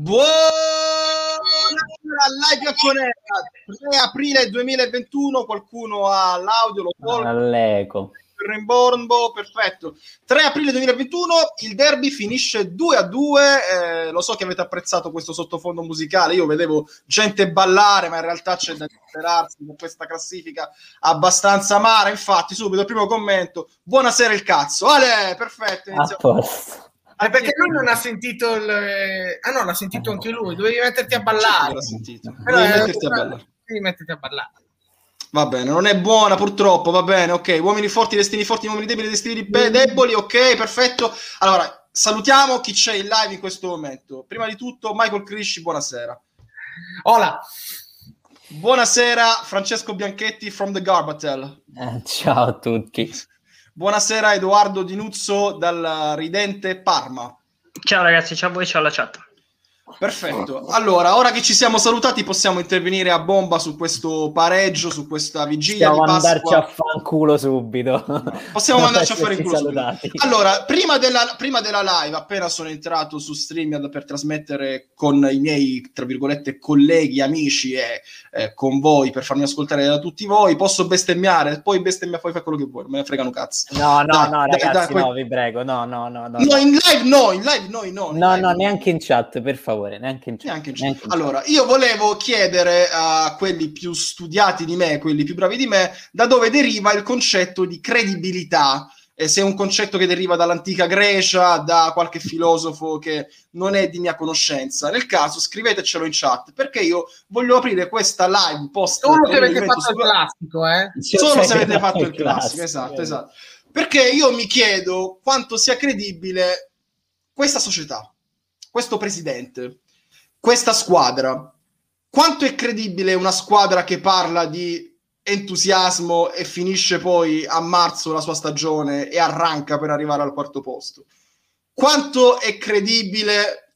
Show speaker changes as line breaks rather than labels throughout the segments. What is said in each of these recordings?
Buonasera, live con 3 aprile 2021, qualcuno ha l'audio, lo tolgo.
All'eco.
Rimborbo, perfetto. 3 aprile 2021, il derby finisce 2-2. Lo so che avete apprezzato questo sottofondo musicale. Io vedevo gente ballare, ma in realtà c'è da disperarsi con questa classifica abbastanza amara. Infatti, subito il primo commento: buonasera il cazzo. Ale, perfetto. Iniziamo.
Perché lui non ha sentito il... Ah no, l'ha sentito anche lui. Dovevi metterti a ballare.
L'ha sentito. Dovevi metterti a ballare.
Devi metterti a ballare.
Va bene, non è buona purtroppo, va bene, ok. Uomini forti, destini forti, uomini deboli, destini deboli, ok, perfetto. Allora, salutiamo chi c'è in live in questo momento. Prima di tutto, Michael Crisci, buonasera.
Hola.
Buonasera, Francesco Bianchetti from the Garbatel.
Ciao a tutti.
Buonasera, Edoardo Di Nuzzo dal ridente Parma.
Ciao ragazzi, ciao a voi, ciao alla chat.
Perfetto, allora ora che ci siamo salutati possiamo intervenire a bomba su questo pareggio, su questa vigilia
possiamo
di Pasqua.
Andarci a fanculo subito.
Possiamo mandarci a fare il culo subito.
Salutati.
Allora, prima della live, appena sono entrato su StreamYard per trasmettere con i miei, tra virgolette, colleghi, amici e con voi, per farmi ascoltare da tutti voi, posso bestemmiare, poi bestemmia, poi fai quello che vuoi, me ne frega un cazzo.
No, ragazzi, poi... no, vi prego, no.
No, in live no.
No, neanche in chat, per favore, neanche in chat.
Allora, io volevo chiedere a quelli più studiati di me, quelli più bravi di me, da dove deriva il concetto di credibilità, se è un concetto che deriva dall'antica Grecia, da qualche filosofo che non è di mia conoscenza. Nel caso scrivetecelo in chat, perché io voglio aprire questa live post
solo se avete fatto il classico,
solo se avete fatto il classico, esatto. Perché io mi chiedo quanto sia credibile questa società, questo presidente, questa squadra. Quanto è credibile una squadra che parla di entusiasmo e finisce poi a marzo la sua stagione e arranca per arrivare al quarto posto? Quanto è credibile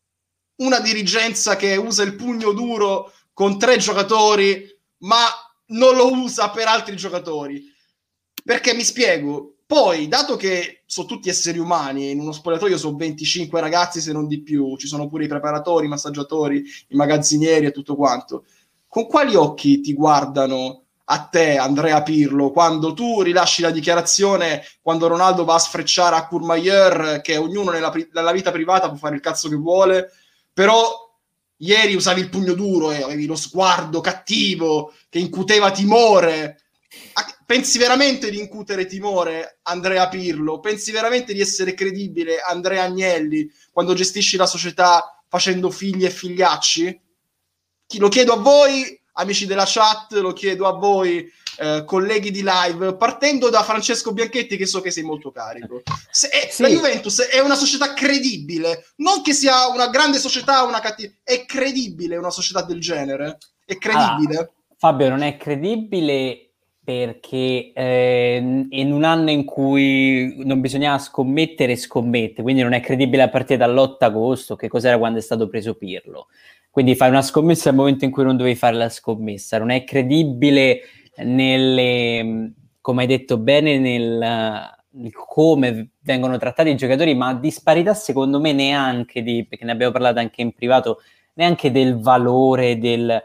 una dirigenza che usa il pugno duro con 3 giocatori ma non lo usa per altri giocatori? Perché mi spiego, poi dato che sono tutti esseri umani, in uno spogliatoio sono 25 ragazzi se non di più, ci sono pure i preparatori, i massaggiatori, i magazzinieri e tutto quanto, con quali occhi ti guardano a te, Andrea Pirlo, quando tu rilasci la dichiarazione, quando Ronaldo va a sfrecciare a Courmayeur, che ognuno nella vita privata può fare il cazzo che vuole, però ieri usavi il pugno duro e avevi lo sguardo cattivo che incuteva timore. Pensi veramente di incutere timore, Andrea Pirlo? Pensi veramente di essere credibile, Andrea Agnelli, quando gestisci la società facendo figli e figliacci? Lo chiedo a voi, amici della chat, lo chiedo a voi, colleghi di live, partendo da Francesco Bianchetti, che so che sei molto carico. Sì. La Juventus è una società credibile, non che sia una grande società o una cattiva, è credibile una società del genere? È credibile?
Allora, Fabio, non è credibile perché in un anno in cui non bisognava scommettere, scommette, quindi non è credibile a partire dall'8 agosto, che cos'era quando è stato preso Pirlo. Quindi fai una scommessa al momento in cui non dovevi fare la scommessa. Non è credibile come hai detto bene, nel come vengono trattati i giocatori, ma a disparità secondo me neanche perché ne abbiamo parlato anche in privato, neanche del valore del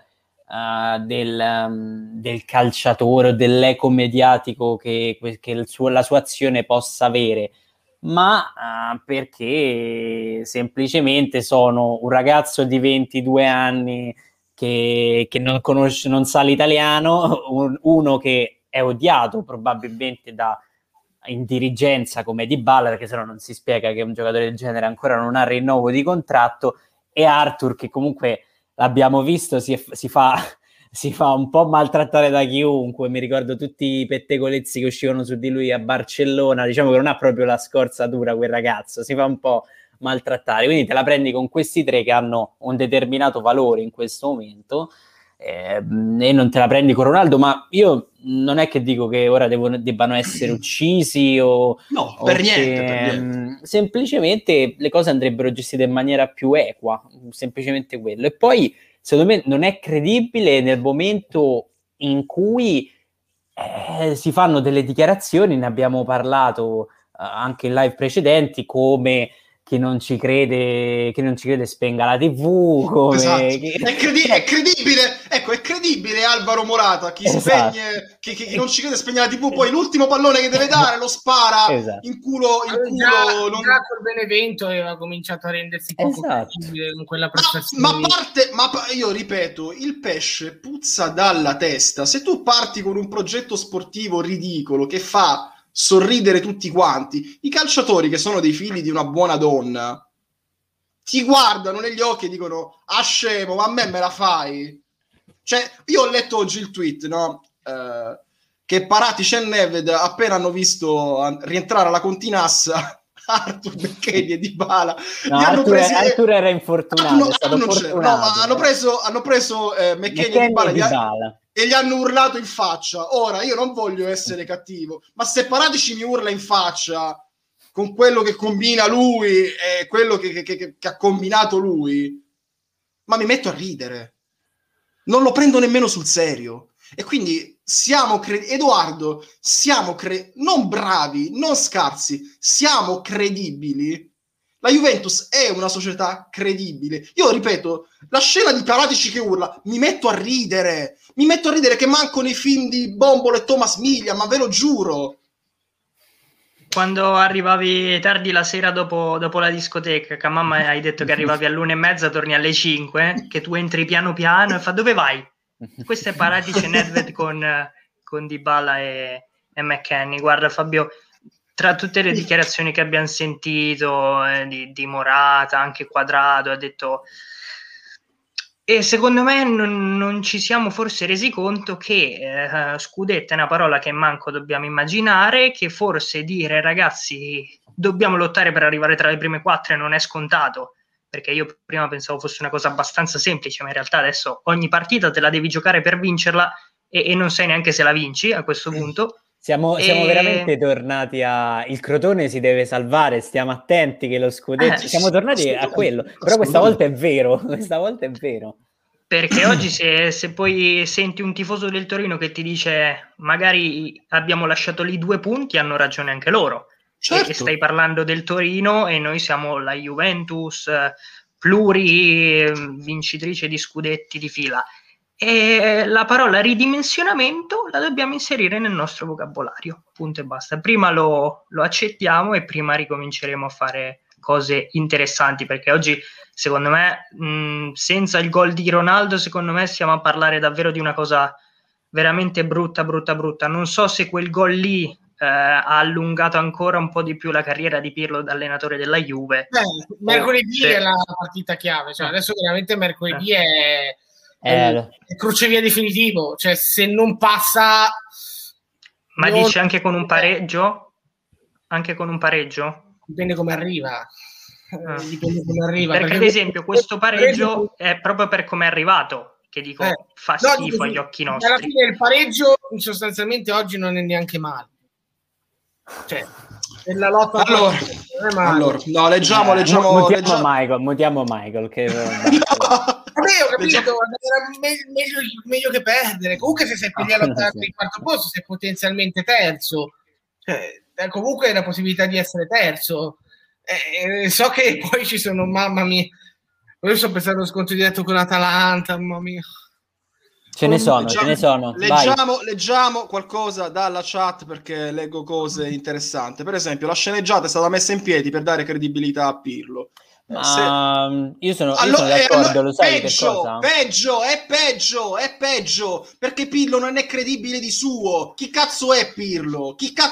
calciatore o dell'eco mediatico che la sua azione possa avere, ma perché semplicemente sono un ragazzo di 22 anni che non sa l'italiano, uno che è odiato probabilmente in dirigenza come Dybala, perché sennò non si spiega che un giocatore del genere ancora non ha rinnovo di contratto, e Arthur che comunque l'abbiamo visto si fa un po' maltrattare da chiunque. Mi ricordo tutti i pettegolezzi che uscivano su di lui a Barcellona. Diciamo che non ha proprio la scorzatura quel ragazzo, si fa un po' maltrattare, quindi te la prendi con questi 3 che hanno un determinato valore in questo momento e non te la prendi con Ronaldo. Ma io non è che dico che ora debbano essere uccisi o
per niente.
Semplicemente le cose andrebbero gestite in maniera più equa, semplicemente quello. E poi secondo me non è credibile nel momento in cui si fanno delle dichiarazioni, ne abbiamo parlato anche in live precedenti, come chi non ci crede spenga la TV, come...
Esatto. È credibile, ecco, è credibile Alvaro Morata, chi spegne, chi non ci crede spegne la TV, poi l'ultimo pallone che deve dare lo spara in culo.
Già col Benevento aveva cominciato a rendersi poco credibile con quella prestazione.
Ma io ripeto, il pesce puzza dalla testa. Se tu parti con un progetto sportivo ridicolo che fa sorridere tutti quanti, i calciatori che sono dei figli di una buona donna ti guardano negli occhi e dicono: ah, scemo, ma a me la fai? Cioè, io ho letto oggi il tweet, no? Che Paratici e Nedved appena hanno visto rientrare alla Continassa Arthur Becchedi e Dybala,
Arthur era infortunato,
hanno preso McKennie e Dybala e gli hanno urlato in faccia. Ora, io non voglio essere cattivo, ma se Paratici mi urla in faccia con quello che combina lui e quello che ha combinato lui, ma mi metto a ridere. Non lo prendo nemmeno sul serio. E quindi Edoardo, non bravi, non scarsi, siamo credibili. La Juventus è una società credibile. Io ripeto, la scena di Paratici che urla, mi metto a ridere che manco nei film di Bombolo e Thomas Miglia, ma ve lo giuro.
Quando arrivavi tardi la sera dopo la discoteca, che a mamma hai detto che arrivavi all'1:30, torni alle 5, che tu entri piano piano e fa: dove vai? Questo è Paratici e Nedved con Dybala e McKennie. Guarda Fabio, tra tutte le dichiarazioni che abbiamo sentito di Morata, anche Quadrado, ha detto... E secondo me non ci siamo forse resi conto che scudetto è una parola che manco dobbiamo immaginare, che forse dire ragazzi dobbiamo lottare per arrivare tra le prime 4 non è scontato, perché io prima pensavo fosse una cosa abbastanza semplice, ma in realtà adesso ogni partita te la devi giocare per vincerla e non sai neanche se la vinci a questo punto.
Siamo veramente tornati il Crotone si deve salvare, stiamo attenti che lo scudetto... siamo tornati a quello, però questa volta è vero, Perché oggi se poi senti un tifoso del Torino che ti dice magari abbiamo lasciato lì 2 punti, hanno ragione anche loro. Certo. E stai parlando del Torino e noi siamo la Juventus vincitrice di scudetti di fila. E la parola ridimensionamento la dobbiamo inserire nel nostro vocabolario, punto e basta. Prima lo accettiamo e prima ricominceremo a fare cose interessanti, perché oggi secondo me senza il gol di Ronaldo secondo me stiamo a parlare davvero di una cosa veramente brutta. Non so se quel gol lì ha allungato ancora un po' di più la carriera di Pirlo da allenatore della Juve.
Mercoledì è la partita chiave, cioè adesso veramente mercoledì è crocevia definitivo, cioè se non passa...
Ma dici anche con un pareggio? Anche con un pareggio?
Dipende come arriva.
Perché ad esempio questo pareggio è proprio per come è arrivato, che dico fa schifo agli occhi nostri.
Alla fine il pareggio sostanzialmente oggi non è neanche male, cioè nella lotta
allora no, leggiamo
mutiamo Michael che
vabbè, ho capito, era meglio che perdere. Comunque se sei lì a lottare per il quarto posto sei potenzialmente terzo, cioè, comunque hai la possibilità di essere terzo. So che poi ci sono, mamma mia, io sto pensando allo scontro diretto con l'Atalanta, mamma mia.
Ce ne sono.
Leggiamo qualcosa dalla chat, perché leggo cose interessanti. Per esempio, la sceneggiata è stata messa in piedi per dare credibilità a Pirlo.
Io sono d'accordo, lo sai
peggio, è peggio, perché Pirlo non è credibile di suo. Chi cazzo è Pirlo?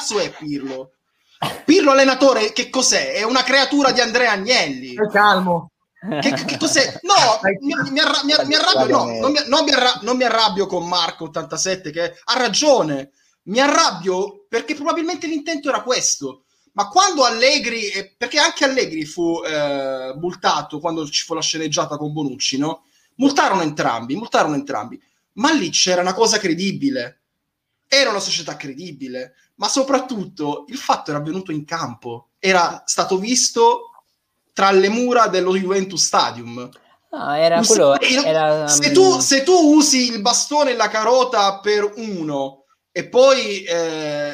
Pirlo allenatore che cos'è? È una creatura di Andrea Agnelli.
Calmo.
Che cos'è? No, mi arrabbio. Non mi arrabbio con Marco 87 che ha ragione. Mi arrabbio perché probabilmente l'intento era questo. Ma quando Allegri, perché anche Allegri fu multato quando ci fu la sceneggiata con Bonucci, no? Multarono entrambi, ma lì c'era una cosa credibile, era una società credibile, ma soprattutto il fatto era avvenuto in campo, era stato visto tra le mura dello Juventus Stadium. Se tu usi il bastone e la carota per uno e poi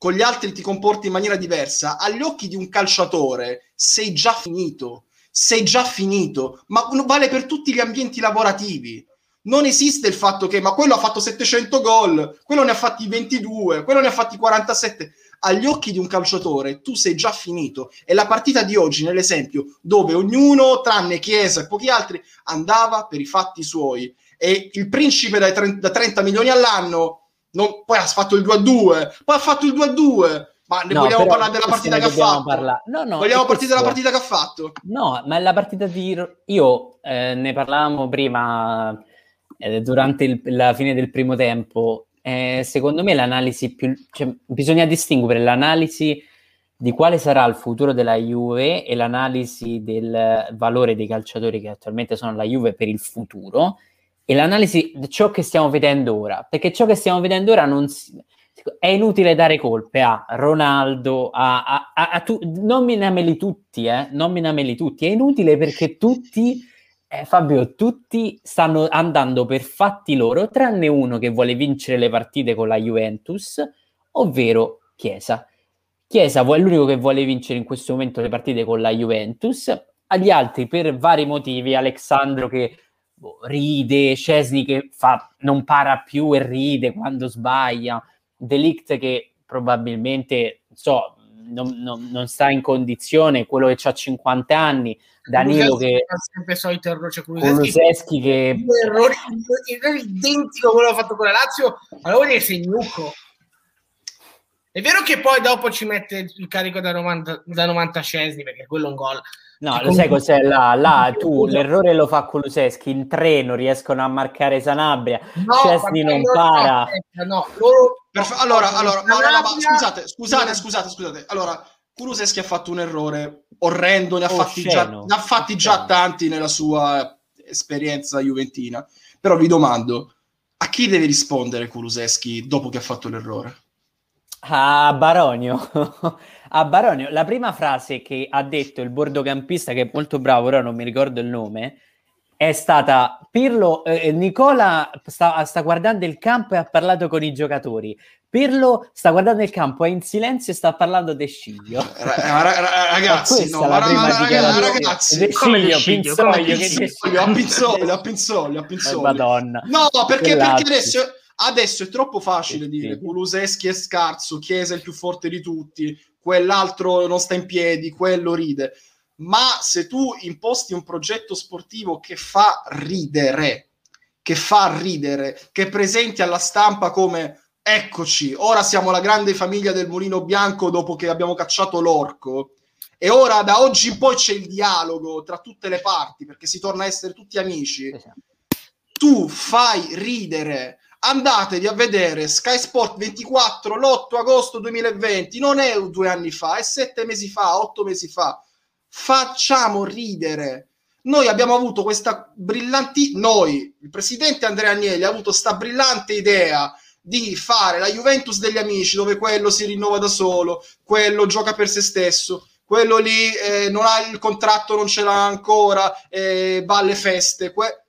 con gli altri ti comporti in maniera diversa, agli occhi di un calciatore sei già finito, ma vale per tutti gli ambienti lavorativi. Non esiste il fatto che, ma quello ha fatto 700 gol, quello ne ha fatti 22, quello ne ha fatti 47. Agli occhi di un calciatore tu sei già finito. E la partita di oggi, nell'esempio, dove ognuno, tranne Chiesa e pochi altri, andava per i fatti suoi. E il principe da 30 milioni all'anno, poi ha fatto il 2-2, poi ha fatto il 2-2. Ma ne vogliamo parlare della partita che ha fatto? Vogliamo partire dalla partita che ha fatto?
No, ma la partita di... Io ne parlavamo prima... durante la fine del primo tempo, secondo me l'analisi più, cioè, bisogna distinguere l'analisi di quale sarà il futuro della Juve e l'analisi del valore dei calciatori che attualmente sono alla Juve per il futuro, e l'analisi di ciò che stiamo vedendo ora, perché ciò che stiamo vedendo ora è inutile dare colpe a Ronaldo, nominameli tutti, è inutile perché tutti... Fabio, tutti stanno andando per fatti loro, tranne uno che vuole vincere le partite con la Juventus, ovvero Chiesa. Chiesa è l'unico che vuole vincere in questo momento le partite con la Juventus, agli altri per vari motivi, Alexandro che ride, Szczesny che non para più e ride quando sbaglia, De Ligt che probabilmente non sta in condizione, quello che ha 50 anni, Danilo che
sempre solito errore,
Kulusevski che
errore identico a quello che ha fatto con la Lazio, allora è segnucco. È vero che poi dopo ci mette il carico da 90 Szczesny, perché quello è un gol.
No, lo sai cos'è là tu l'errore lo fa Kulusevski, in treno riescono a marcare Sanabria, Szczesny non para.
Allora, scusate. Allora, Kulusevski ha fatto un errore orrendo, ne ha fatti già tanti nella sua esperienza juventina. Però vi domando, a chi deve rispondere Kulusevski dopo che ha fatto l'errore?
A Baronio. A Baronio. La prima frase che ha detto il bordocampista, che è molto bravo, ora non mi ricordo il nome, è stata: Pirlo, Nicola sta guardando il campo e ha parlato con i giocatori. Pirlo sta guardando il campo, è in silenzio e sta parlando De Sciglio.
Ragazzi,
De Sciglio,
a Pinzolio.
Madonna.
No, perché adesso è troppo facile dire Kulusevski è scarso, Chiesa è il più forte di tutti, quell'altro non sta in piedi, quello ride. Ma se tu imposti un progetto sportivo che fa ridere, che presenti alla stampa come eccoci, ora siamo la grande famiglia del Mulino Bianco dopo che abbiamo cacciato l'orco, e ora da oggi in poi c'è il dialogo tra tutte le parti perché si torna a essere tutti amici, tu fai ridere. Andatevi a vedere Sky Sport 24 l'8 agosto 2020, non è 2 anni fa, è 7 mesi fa, 8 mesi fa. Facciamo ridere. Noi abbiamo avuto questa il presidente Andrea Agnelli ha avuto sta brillante idea di fare la Juventus degli amici, dove quello si rinnova da solo, quello gioca per se stesso, quello lì non ha il contratto, non ce l'ha ancora, va alle feste,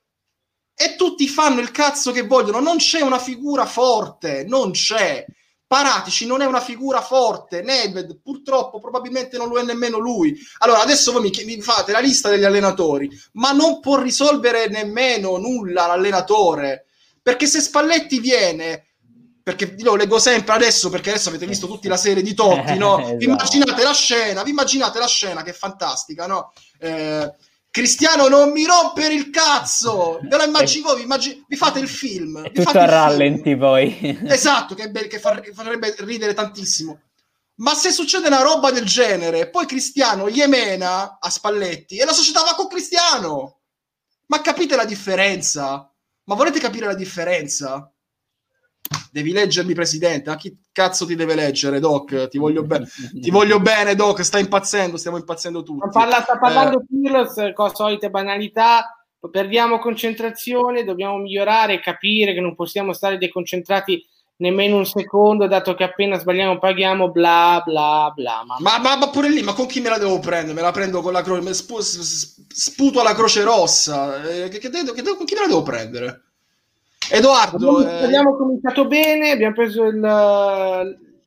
e tutti fanno il cazzo che vogliono. Non c'è una figura forte, non c'è. Paratici non è una figura forte, Nedved purtroppo probabilmente non lo è nemmeno lui. Allora adesso voi mi fate la lista degli allenatori, ma non può risolvere nemmeno nulla l'allenatore, perché se Spalletti viene, perché lo leggo sempre adesso, perché adesso avete visto tutta la serie di Totti, no?
Esatto.
Vi immaginate la scena che è fantastica, no? Cristiano non mi rompere il cazzo, ve lo immagino, vi fate il film,
è tutto a rallenti poi.
Esatto, che farebbe ridere tantissimo. Ma se succede una roba del genere, poi Cristiano gli mena a Spalletti e la società va con Cristiano. Ma capite la differenza? Ma volete capire la differenza? Devi leggermi, presidente. Ma chi cazzo ti deve leggere, Doc? Ti voglio bene, Doc. Sta impazzendo, stiamo impazzendo tutti.
Sta parlando Pirlo con solite banalità. Perdiamo concentrazione, dobbiamo migliorare e capire che non possiamo stare deconcentrati nemmeno un secondo, dato che appena sbagliamo paghiamo, bla bla bla.
Ma pure lì, ma con chi me la devo prendere? Me la prendo con la croce, sputo alla Croce Rossa. Con chi me la devo prendere? Edoardo,
abbiamo cominciato bene, abbiamo preso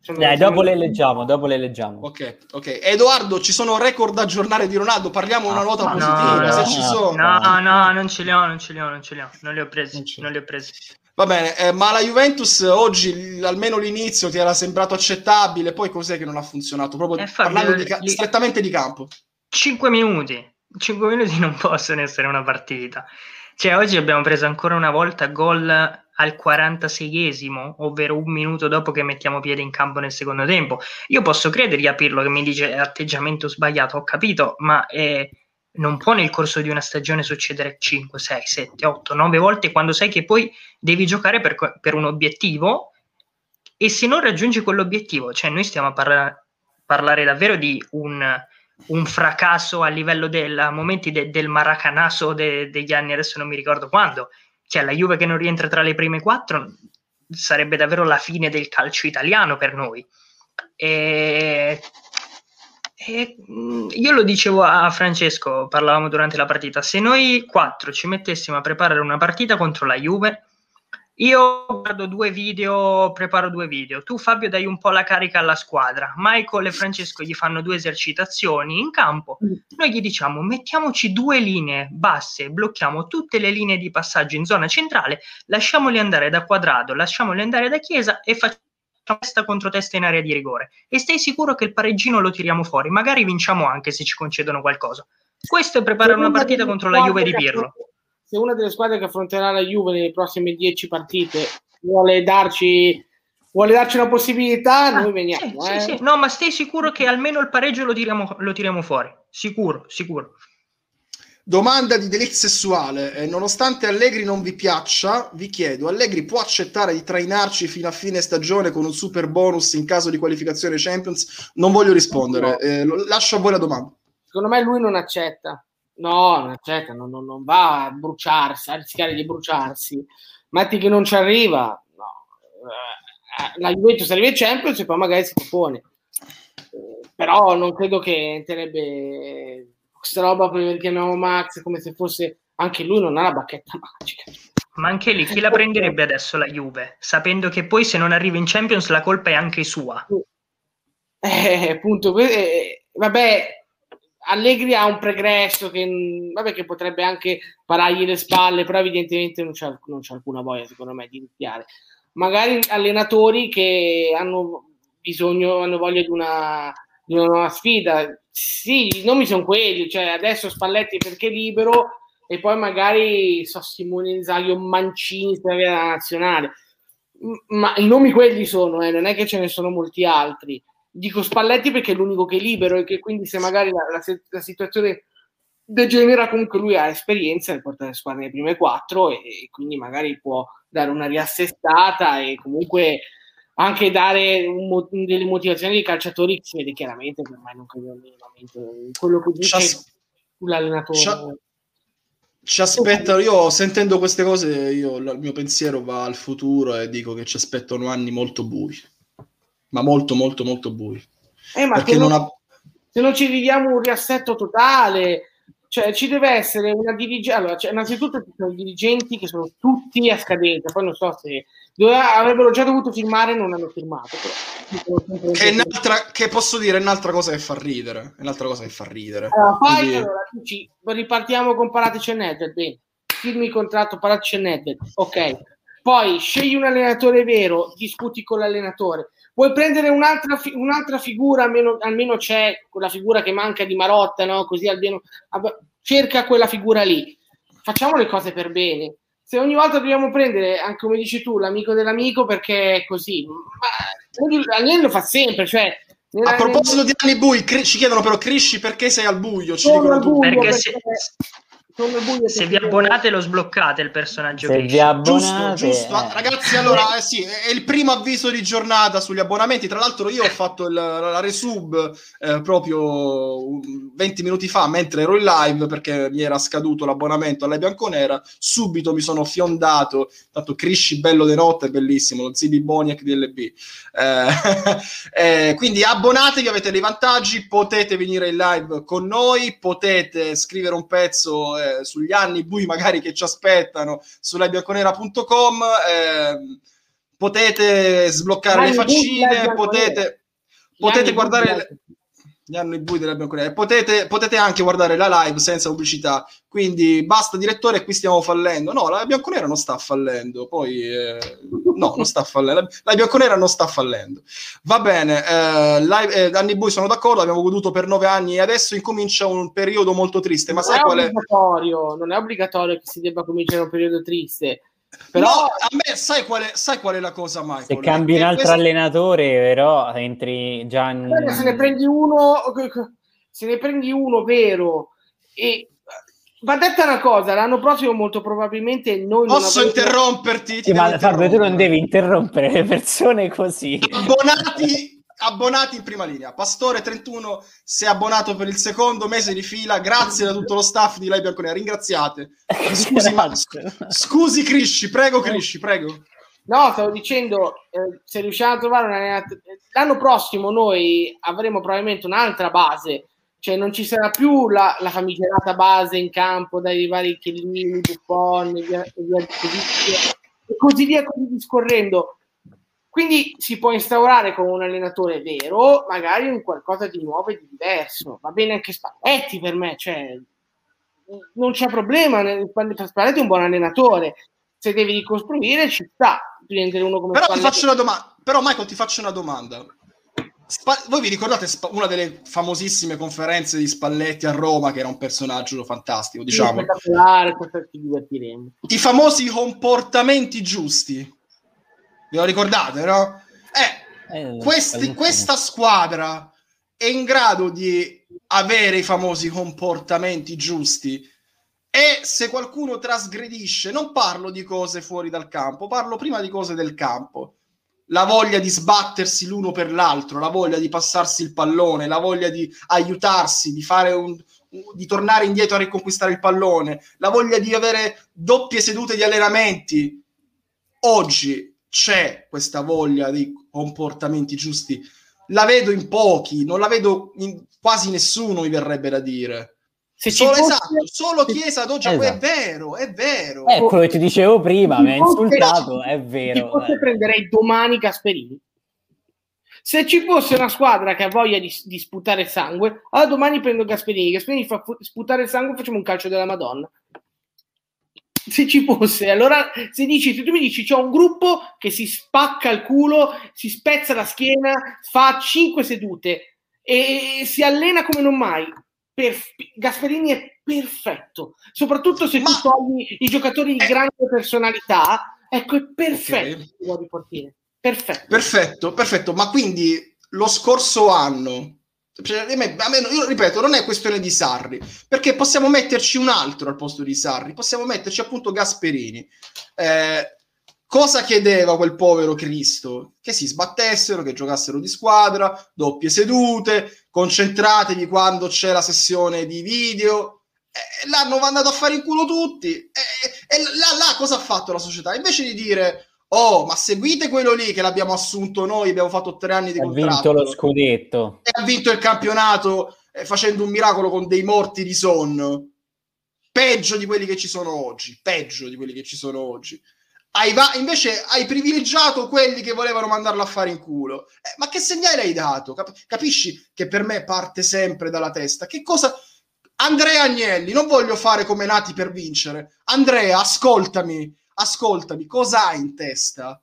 Dopo le leggiamo.
Ok. Edoardo, ci sono record da aggiornare di Ronaldo? Parliamo una nota positiva, se ci sono.
No, non ce li ho. Non li ho presi.
Va bene, ma la Juventus oggi, almeno l'inizio, ti era sembrato accettabile, poi cos'è che non ha funzionato? Proprio parlando strettamente di campo.
5 minuti non possono essere una partita. Cioè, oggi abbiamo preso ancora una volta gol al 46esimo, ovvero un minuto dopo che mettiamo piede in campo nel secondo tempo. Io posso credergli a Pirlo che mi dice atteggiamento sbagliato, ho capito, ma non può nel corso di una stagione succedere 5, 6, 7, 8, 9 volte quando sai che poi devi giocare per un obiettivo, e se non raggiungi quell'obiettivo, cioè noi stiamo a parlare davvero di un fracasso a livello a momenti del maracanazo degli anni, adesso non mi ricordo quando, cioè la Juve che non rientra tra le prime 4 sarebbe davvero la fine del calcio italiano per noi. E io lo dicevo a Francesco, parlavamo durante la partita, se noi 4 ci mettessimo a preparare una partita contro la Juve, io guardo 2 video, preparo 2 video, tu Fabio dai un po' la carica alla squadra, Michael e Francesco gli fanno 2 esercitazioni in campo, noi gli diciamo mettiamoci 2 linee basse, blocchiamo tutte le linee di passaggio in zona centrale, lasciamoli andare da Quadrado, lasciamoli andare da Chiesa e facciamo testa contro testa in area di rigore, e stai sicuro che il pareggino lo tiriamo fuori, magari vinciamo anche se ci concedono qualcosa. Questo è preparare una partita contro la Juve di Pirlo.
Se una delle squadre che affronterà la Juve nelle prossime 10 partite vuole darci una possibilità, noi veniamo.
Sì. No, ma stai sicuro che almeno il pareggio lo tiriamo fuori? Sicuro.
Domanda di Delizia Sessuale. Nonostante Allegri non vi piaccia, vi chiedo, Allegri può accettare di trainarci fino a fine stagione con un super bonus in caso di qualificazione Champions? Non voglio rispondere, lascio a voi la domanda.
Secondo me lui non accetta. No, non accetta, non va a bruciarsi, a rischiare di bruciarsi. Metti che non ci arriva, no. La Juventus arriva ai Champions e poi magari si propone. Però non credo che entrerebbe questa roba, perché chiamiamo Max come se fosse, anche lui non ha la bacchetta magica.
Ma anche lì chi la prenderebbe adesso la Juve, sapendo che poi se non arriva in Champions la colpa è anche sua?
Appunto, vabbè, Allegri ha un pregresso che potrebbe anche parargli le spalle, però evidentemente non c'è alcuna voglia, secondo me, di iniziare. Magari allenatori che hanno voglia di una nuova sfida. Sì, i nomi sono quelli, cioè adesso Spalletti perché è libero, e poi magari Simone Inzaghi o Mancini per avere la nazionale. Ma i nomi quelli sono, non è che ce ne sono molti altri. Dico Spalletti perché è l'unico che è libero, e che quindi se magari la situazione degenera, comunque lui ha esperienza nel portare la squadra nelle prime 4 e quindi magari può dare una riassestata e comunque anche dare delle motivazioni dei calciatori che si vede chiaramente che ormai non credo minimamente quello che dice l'allenatore.
Ci aspetta, io sentendo queste cose, il mio pensiero va al futuro e dico che ci aspettano anni molto bui, ma molto molto molto bui.
Ma perché se non ci viviamo un riassetto totale, cioè ci deve essere una dirigenza. Allora, innanzitutto ci sono i dirigenti che sono tutti a scadenza, poi non so se avrebbero già dovuto firmare e non hanno firmato. Però,
che posso dire, è un'altra cosa che fa ridere.
Allora, ripartiamo con Paratici e Nedved. Bene, firmi il contratto Paratici e Nedved, ok. Poi scegli un allenatore vero, discuti con l'allenatore. Vuoi prendere un'altra figura, almeno c'è quella figura che manca di Marotta, no? Così almeno cerca quella figura lì. Facciamo le cose per bene. Se ogni volta dobbiamo prendere, anche come dici tu, l'amico dell'amico perché è così, ma Allegri lo fa sempre, cioè.
A proposito di anni bui, ci chiedono però, Crisci, perché sei al buio?
Perché se vi abbonate lo sbloccate il personaggio.
Se vi abbonate,
giusto. Ragazzi, allora sì, è il primo avviso di giornata sugli abbonamenti. Tra l'altro io ho fatto la resub proprio 20 minuti fa mentre ero in live, perché mi era scaduto l'abbonamento alla Bianconera. Subito mi sono fiondato, tanto Crisci bello de notte, è bellissimo, lo Zibi Boniek DLB. Quindi abbonatevi, avete dei vantaggi, potete venire in live con noi, potete scrivere un pezzo sugli anni bui magari che ci aspettano sulla bianconera.com. potete sbloccare le faccine, potete guardare gli anni bui della bianconera, potete anche guardare la live senza pubblicità, quindi basta direttore, qui stiamo fallendo. No, la bianconera non sta fallendo, poi no, non sta fallendo, la bianconera non sta fallendo. Va bene, anni bui sono d'accordo, abbiamo goduto per 9 anni e adesso incomincia un periodo molto triste, ma sai qual è?
Non è obbligatorio che si debba cominciare un periodo triste. Però
no, a me sai qual è la cosa, Michael?
Se cambi un altro allenatore, però entri già in...
se ne prendi uno vero e va detta una cosa, l'anno prossimo molto probabilmente noi
posso interromperti?
Sì, ma Fabio, tu non devi interrompere le persone così.
Abbonati in prima linea. Pastore 31 si è abbonato per il secondo mese di fila, grazie da tutto lo staff di Live Bianconera, ringraziate. Scusi Crisci, prego.
No, stavo dicendo, se riusciamo a trovare un allenatore, l'anno prossimo noi avremo probabilmente un'altra base, cioè non ci sarà più la famigerata base in campo dai vari Chiellini, Buffon e così via, così discorrendo. Quindi si può instaurare con un allenatore vero, magari un qualcosa di nuovo e di diverso. Va bene anche Spalletti per me, cioè non c'è problema. Spalletti è un buon allenatore. Se devi ricostruire, ci sta. Prendere uno come
Spalletti. Però Michael, ti faccio una domanda. Voi vi ricordate una delle famosissime conferenze di Spalletti a Roma, che era un personaggio fantastico, diciamo?
Ci divertiremo.
I famosi comportamenti giusti. Vi lo ricordate, no? Questa squadra è in grado di avere i famosi comportamenti giusti, e se qualcuno trasgredisce, non parlo di cose fuori dal campo, parlo prima di cose del campo, la voglia di sbattersi l'uno per l'altro, la voglia di passarsi il pallone, la voglia di aiutarsi, di tornare indietro a riconquistare il pallone, la voglia di avere doppie sedute di allenamenti. Oggi c'è questa voglia di comportamenti giusti, la vedo in pochi, non la vedo in quasi nessuno, mi verrebbe da dire. Solo Chiesa ad oggi. Esatto. È vero.
Quello che ti dicevo prima, mi ha insultato, è vero.
Forse prenderei domani Gasperini. Se ci fosse una squadra che ha voglia di sputare sangue, allora domani prendo Gasperini fa sputare sangue, facciamo un calcio della Madonna. Se ci fosse, allora se tu mi dici c'è un gruppo che si spacca il culo, si spezza la schiena, fa 5 sedute e si allena come non mai, Gasperini è perfetto, soprattutto se tu togli i giocatori di grande personalità, ecco, è perfetto. Okay.
Perfetto, ma quindi lo scorso anno, io ripeto, non è questione di Sarri, perché possiamo metterci un altro al posto di Sarri, possiamo metterci appunto Gasperini. Cosa chiedeva quel povero Cristo? Che si sbattessero, che giocassero di squadra, doppie sedute, concentratevi quando c'è la sessione di video. L'hanno mandato a fare in culo tutti. E là cosa ha fatto la società? Invece di dire: oh, ma seguite quello lì che l'abbiamo assunto noi, abbiamo fatto 3 anni di contratto. Ha
vinto lo scudetto.
E ha vinto il campionato facendo un miracolo con dei morti di sonno. Peggio di quelli che ci sono oggi. Invece hai privilegiato quelli che volevano mandarlo a fare in culo. Ma che segnale hai dato? Capisci che per me parte sempre dalla testa. Che cosa... Andrea Agnelli, non voglio fare come nati per vincere. Andrea, ascoltami, cosa hai in testa?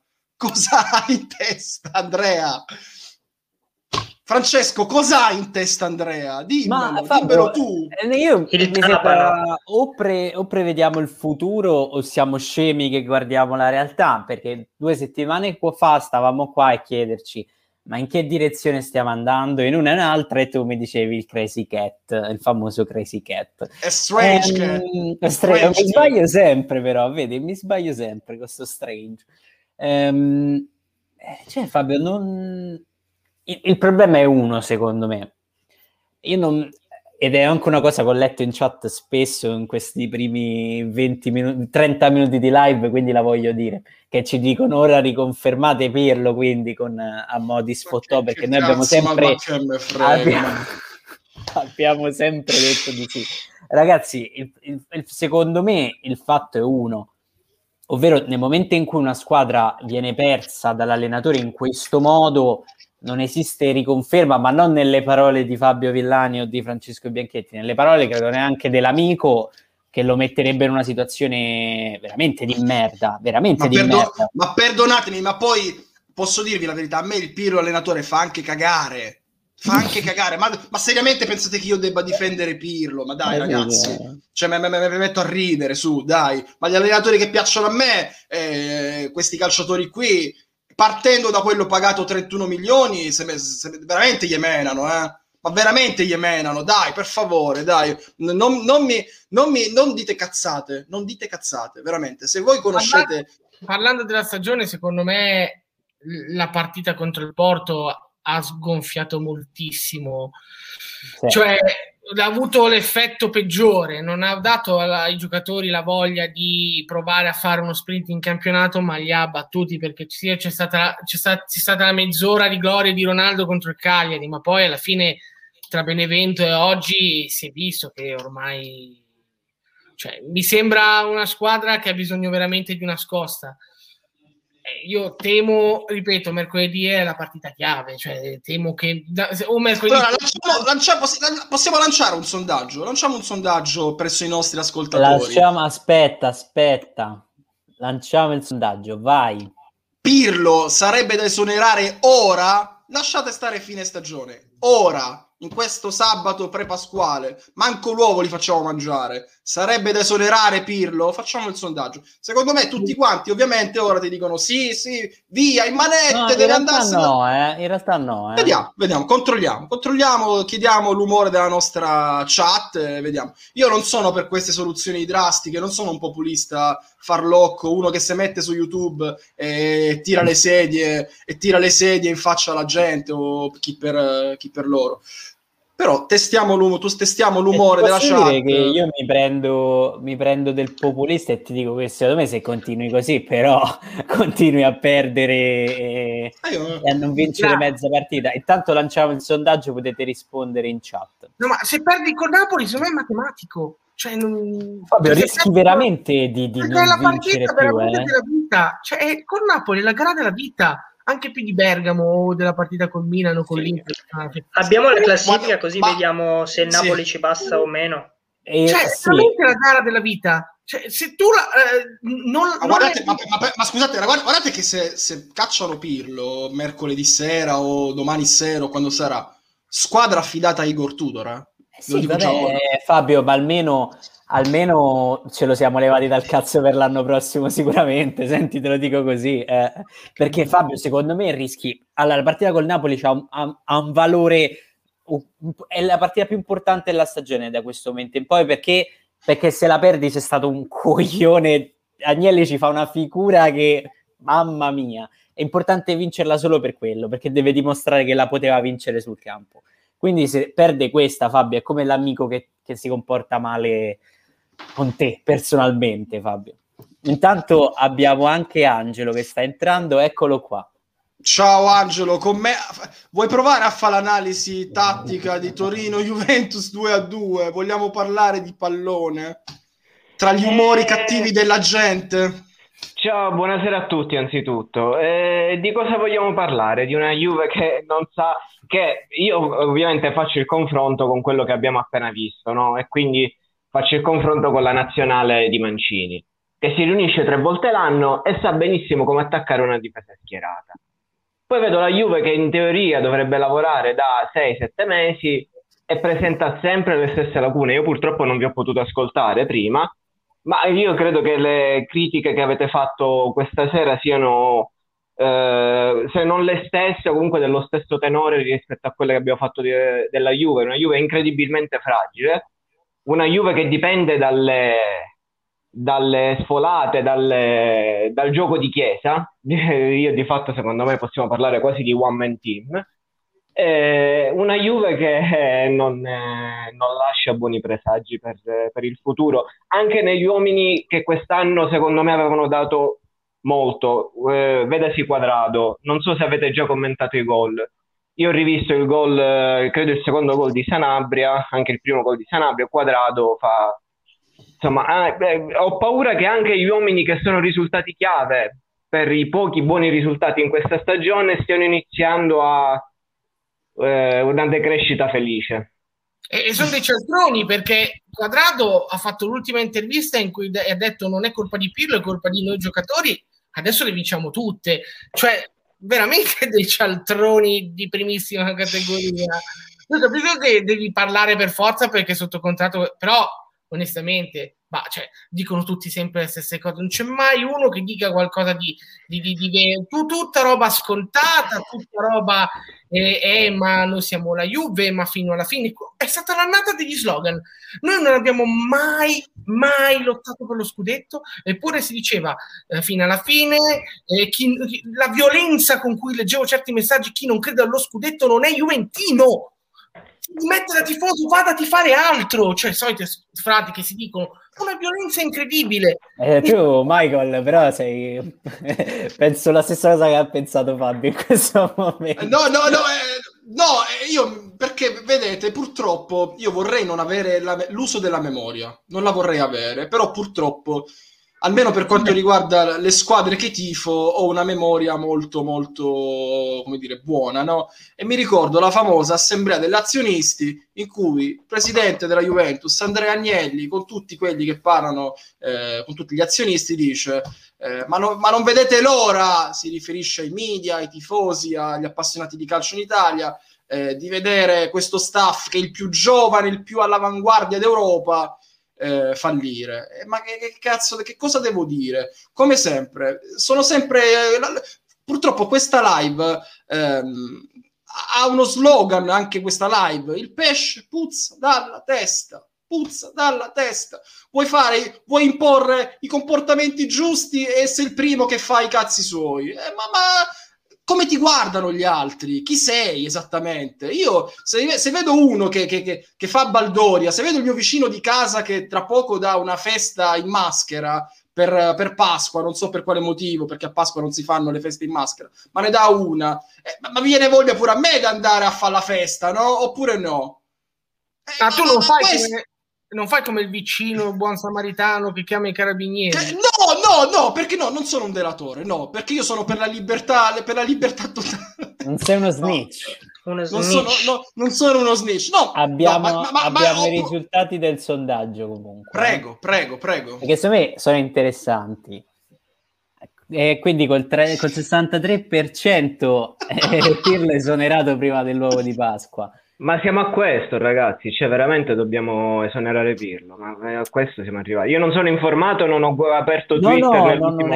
Andrea? Francesco, cosa hai in testa, Andrea? Dimmelo tu.
Io mi sembra o prevediamo il futuro o siamo scemi che guardiamo la realtà, perché 2 settimane fa stavamo qua a chiederci ma in che direzione stiamo andando in una e un'altra, e tu mi dicevi il Crazy Cat, il famoso Crazy Cat.
È strange
mi sbaglio sempre, però, vedi, mi sbaglio sempre con sto strange. Cioè, Fabio, il problema è uno, secondo me. Ed è anche una cosa che ho letto in chat spesso in questi primi 20 minuti, 30 minuti di live, quindi la voglio dire, che ci dicono ora riconfermate Pirlo, quindi a mo' di sfottò, perché noi abbiamo sempre detto di sì. Ragazzi, secondo me il fatto è uno: ovvero nel momento in cui una squadra viene persa dall'allenatore in questo modo, non esiste riconferma, ma non nelle parole di Fabio Villani o di Francesco Bianchetti, nelle parole credo neanche dell'amico, che lo metterebbe in una situazione veramente di merda, veramente di merda.
Ma perdonatemi, ma poi posso dirvi la verità, a me il Pirlo allenatore fa anche cagare. Ma seriamente pensate che io debba difendere Pirlo? Ma dai, ragazzi, cioè mi metto a ridere, su, dai. Ma gli allenatori che piacciono a me, questi calciatori qui, partendo da quello pagato 31 milioni, se veramente gli menano, ma veramente gli menano, dai, per favore, dai, non dite cazzate, veramente, se voi conoscete...
Parlando della stagione, secondo me la partita contro il Porto ha sgonfiato moltissimo, sì. Cioè ha avuto l'effetto peggiore, non ha dato ai giocatori la voglia di provare a fare uno sprint in campionato, ma li ha abbattuti, perché c'è stata la mezz'ora di gloria di Ronaldo contro il Cagliari, ma poi alla fine tra Benevento e oggi si è visto che ormai, cioè, mi sembra una squadra che ha bisogno veramente di una scossa. Io temo, ripeto, mercoledì è la partita chiave, cioè temo che
allora, possiamo lanciare un sondaggio, lanciamo un sondaggio presso i nostri ascoltatori.
Aspetta, lanciamo il sondaggio, vai.
Pirlo sarebbe da esonerare ora? Lasciate stare fine stagione, ora, in questo sabato pre-pasquale, manco l'uovo li facciamo mangiare. Sarebbe da esonerare Pirlo? Facciamo il sondaggio. Secondo me tutti quanti ovviamente ora ti dicono sì, via, in manette, deve andarsene.
In realtà no.
Vediamo, controlliamo, chiediamo l'umore della nostra chat, vediamo. Io non sono per queste soluzioni drastiche, non sono un populista farlocco, uno che si mette su YouTube e tira le sedie in faccia alla gente o chi per loro. Però testiamo l'umore della chat.
Dire che io mi prendo del populista e ti dico che secondo me se continui così però continui a perdere e a non vincere mezza partita. Intanto lanciamo il sondaggio, potete rispondere in chat.
No, ma se perdi con Napoli secondo me è matematico, cioè
Fabio, rischi veramente di non vincere più,
della vita. Cioè, con Napoli la gara della vita, anche più di Bergamo o della partita col Milan o con l'Inter.
Abbiamo la classifica così vediamo se il Napoli ci passa o meno.
Cioè, veramente la gara della vita. Cioè, se tu
ma scusate, guardate che se cacciano Pirlo mercoledì sera o domani sera o quando sarà, squadra affidata a Igor Tudor,
Fabio, ma almeno ce lo siamo levati dal cazzo per l'anno prossimo sicuramente, senti, te lo dico così, perché Fabio, secondo me rischi, allora la partita col Napoli ha un valore, è la partita più importante della stagione da questo momento in poi, perché se la perdi c'è stato un coglione, Agnelli ci fa una figura che, mamma mia, è importante vincerla solo per quello, perché deve dimostrare che la poteva vincere sul campo. Quindi se perde questa, Fabio, è come l'amico che si comporta male con te personalmente, Fabio. Intanto abbiamo anche Angelo che sta entrando, eccolo qua.
Ciao Angelo, con me vuoi provare a fare l'analisi tattica di Torino-Juventus 2-2? Vogliamo parlare di pallone? Tra gli umori cattivi della gente?
Ciao, buonasera a tutti anzitutto. Di cosa vogliamo parlare? Di una Juve che non sa, che io ovviamente faccio il confronto con quello che abbiamo appena visto, no? E quindi faccio il confronto con la nazionale di Mancini, che si riunisce 3 volte l'anno e sa benissimo come attaccare una difesa schierata. Poi vedo la Juve che in teoria dovrebbe lavorare da 6-7 mesi e presenta sempre le stesse lacune. Io purtroppo non vi ho potuto ascoltare prima, ma io credo che le critiche che avete fatto questa sera siano, se non le stesse, o comunque dello stesso tenore rispetto a quelle che abbiamo fatto della Juve. Una Juve incredibilmente fragile, una Juve che dipende dalle sfolate, dal gioco di Chiesa. Io di fatto, secondo me, possiamo parlare quasi di one man team. Una Juve che non lascia buoni presagi per il futuro, anche negli uomini che quest'anno secondo me avevano dato molto. Vedasi Quadrado, non so se avete già commentato i gol. Io ho rivisto il gol, credo il secondo gol di Sanabria, anche il primo gol di Sanabria. Quadrado fa insomma, ho paura che anche gli uomini che sono risultati chiave per i pochi buoni risultati in questa stagione stiano iniziando a una decrescita felice.
E sono dei cialtroni, perché Quadrado ha fatto l'ultima intervista in cui ha detto non è colpa di Pirlo, è colpa di noi giocatori, adesso le vinciamo tutte. Cioè, veramente dei cialtroni di primissima categoria. Io capisco che devi parlare per forza perché è sotto contratto, però onestamente, cioè, dicono tutti sempre le stesse cose, non c'è mai uno che dica qualcosa di tutta roba scontata, tutta roba ma noi siamo la Juve, ma fino alla fine è stata l'annata degli slogan. Noi non abbiamo mai lottato per lo scudetto, eppure si diceva fino alla fine la violenza con cui leggevo certi messaggi, chi non crede allo scudetto non è juventino, si mette da tifoso, vada a tifare altro, cioè solite frasi che si dicono, una violenza incredibile.
Tu Michael però sei penso la stessa cosa che ha pensato Fabio in questo momento.
No, io perché vedete, purtroppo io vorrei non avere l'uso della memoria, non la vorrei avere, però purtroppo almeno per quanto riguarda le squadre che tifo ho una memoria molto molto, come dire, buona, no? E mi ricordo la famosa assemblea degli azionisti in cui il presidente della Juventus, Andrea Agnelli, con tutti quelli che parlano, con tutti gli azionisti, dice ma non vedete l'ora, si riferisce ai media, ai tifosi, agli appassionati di calcio in Italia, di vedere questo staff che è il più giovane, il più all'avanguardia d'Europa fallire. Ma che cazzo, che cosa devo dire? Come sempre, sono sempre purtroppo questa live ha uno slogan, anche questa live: il pesce puzza dalla testa, vuoi imporre i comportamenti giusti e sei il primo che fa i cazzi suoi, ma come ti guardano gli altri? Chi sei esattamente? Io se vedo uno che fa baldoria, se vedo il mio vicino di casa che tra poco dà una festa in maschera per Pasqua, non so per quale motivo, perché a Pasqua non si fanno le feste in maschera, ma ne dà una, ma viene voglia pure a me di andare a fare la festa, no? Oppure no?
Tu non fai come il vicino buon samaritano che chiama i carabinieri.
No, perché no, non sono un delatore, no, perché io sono per la libertà totale.
Non sei uno snitch.
Non sono uno snitch. No,
abbiamo i risultati del sondaggio comunque.
Prego.
Perché secondo me sono interessanti. E quindi col 63% Pirlo è esonerato prima dell'uovo di Pasqua.
Ma siamo a questo, ragazzi, cioè veramente dobbiamo esonerare Pirlo, ma a questo siamo arrivati. Io non sono informato, non ho aperto Twitter
non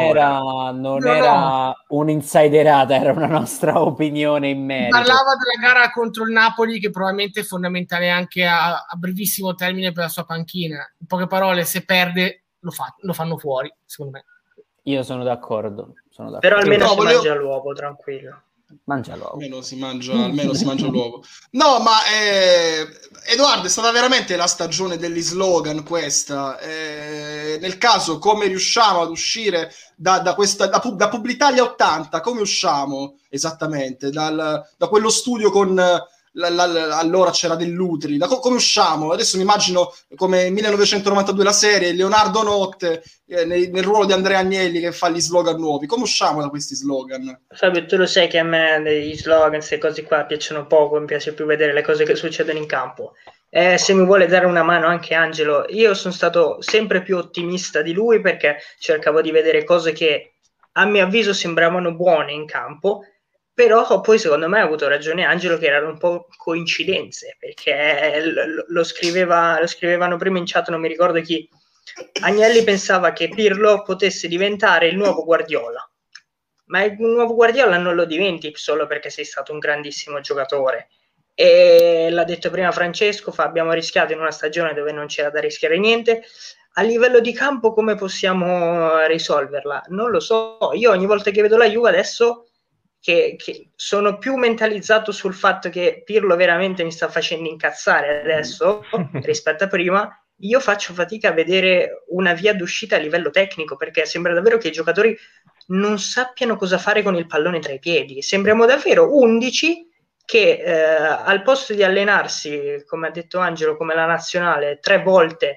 era un'insiderata, era una nostra opinione in merito.
Parlava della gara contro il Napoli, che probabilmente è fondamentale anche a brevissimo termine per la sua panchina. In poche parole, se perde lo fanno fuori, secondo me.
Io sono d'accordo.
Però almeno si mangia l'uovo, tranquillo.
Mangia l'uovo.
Almeno si mangia l'uovo. No, ma Edoardo, è stata veramente la stagione degli slogan questa. Nel caso, come riusciamo ad uscire da questa da Publitalia 80, come usciamo esattamente da quello studio con allora c'era Dell'Utri, come usciamo? Adesso mi immagino come 1992 la serie, Leonardo Notte nel ruolo di Andrea Agnelli che fa gli slogan nuovi. Come usciamo da questi slogan?
Fabio, tu lo sai che a me gli slogan, queste cose qua piacciono poco, mi piace più vedere le cose che succedono in campo. Se mi vuole dare una mano anche Angelo, io sono stato sempre più ottimista di lui perché cercavo di vedere cose che a mio avviso sembravano buone in campo, però poi secondo me ha avuto ragione Angelo che erano un po' coincidenze, perché lo scrivevano prima in chat, non mi ricordo chi. Agnelli pensava che Pirlo potesse diventare il nuovo Guardiola, ma il nuovo Guardiola non lo diventi solo perché sei stato un grandissimo giocatore. E l'ha detto prima Francesco, abbiamo rischiato in una stagione dove non c'era da rischiare niente. A livello di campo come possiamo risolverla? Non lo so, io ogni volta che vedo la Juve adesso che sono più mentalizzato sul fatto che Pirlo veramente mi sta facendo incazzare adesso rispetto a prima, io faccio fatica a vedere una via d'uscita a livello tecnico, perché sembra davvero che i giocatori non sappiano cosa fare con il pallone tra i piedi. Sembriamo davvero 11 che al posto di allenarsi, come ha detto Angelo, come la nazionale 3 volte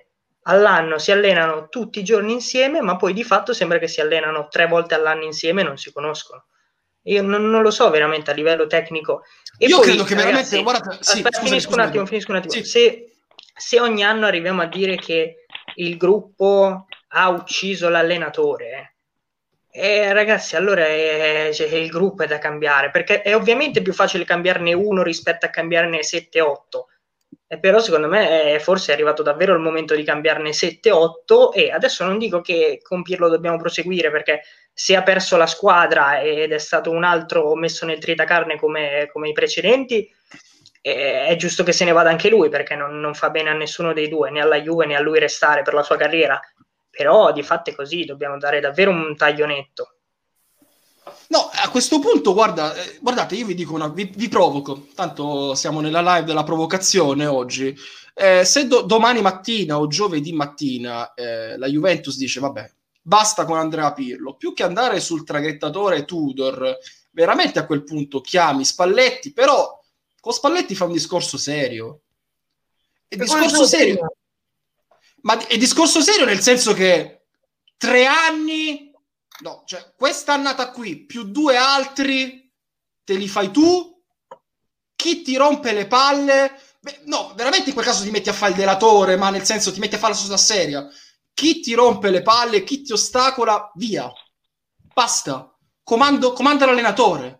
all'anno si allenano tutti i giorni insieme, ma poi di fatto sembra che si allenano 3 volte all'anno insieme e non si conoscono. Io non lo so veramente a livello tecnico. E
io
poi,
credo che
ragazzi,
veramente, guarda, sì,
aspetta, finisco un attimo.
Sì.
Se ogni anno arriviamo a dire che il gruppo ha ucciso l'allenatore, ragazzi, allora il gruppo è da cambiare, perché è ovviamente più facile cambiarne uno rispetto a cambiarne 7-8. Però secondo me forse è arrivato davvero il momento di cambiarne 7-8, e adesso non dico che con Pirlo dobbiamo proseguire, perché se ha perso la squadra ed è stato un altro messo nel tritacarne come i precedenti, è giusto che se ne vada anche lui, perché non fa bene a nessuno dei due, né alla Juve né a lui restare per la sua carriera. Però di fatto è così, dobbiamo dare davvero un taglio netto.
No, a questo punto, guardate, io vi dico vi provoco, tanto siamo nella live della provocazione oggi. Se domani mattina o giovedì mattina la Juventus dice, vabbè, basta con Andrea Pirlo, più che andare sul traghettatore Tudor, veramente a quel punto chiami Spalletti, però con Spalletti fa un discorso serio. È discorso serio. Ma è discorso serio nel senso che 3 anni... No, cioè, questa annata qui, più 2 altri, te li fai tu? Chi ti rompe le palle? Beh, no, veramente in quel caso ti metti a fare il delatore, ma nel senso ti metti a fare la cosa seria. Chi ti rompe le palle, chi ti ostacola, via. Basta. Comanda l'allenatore.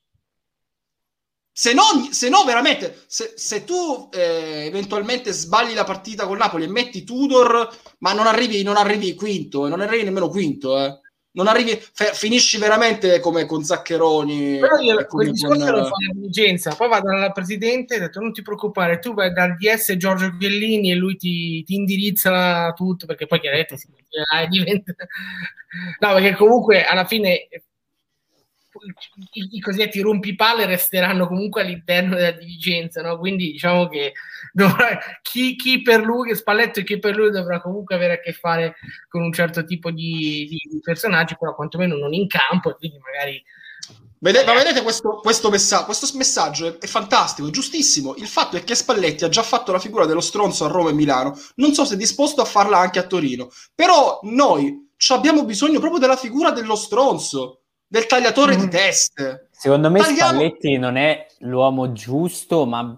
Se no veramente, se tu eventualmente sbagli la partita con Napoli e metti Tudor, ma non arrivi quinto, non arrivi nemmeno quinto, non arrivi, finisci veramente come con Zaccheroni.
Però io quel discorso lo fa la dirigenza, poi vado dalla presidente e ho detto non ti preoccupare, tu vai dal DS Giorgio Chiellini e lui ti indirizza tutto, perché poi chiaramente diventa... No, perché comunque alla fine i cosiddetti rompipalle resteranno comunque all'interno della dirigenza, no? Quindi diciamo che chi per lui, Spalletto, e chi per lui dovrà comunque avere a che fare con un certo tipo di personaggi, però quantomeno non in campo, e quindi magari...
Vedete questo messaggio è fantastico, è giustissimo. Il fatto è che Spalletti ha già fatto la figura dello stronzo a Roma e Milano, non so se è disposto a farla anche a Torino, però noi abbiamo bisogno proprio della figura dello stronzo, del tagliatore di teste.
Secondo me Spalletti non è l'uomo giusto, ma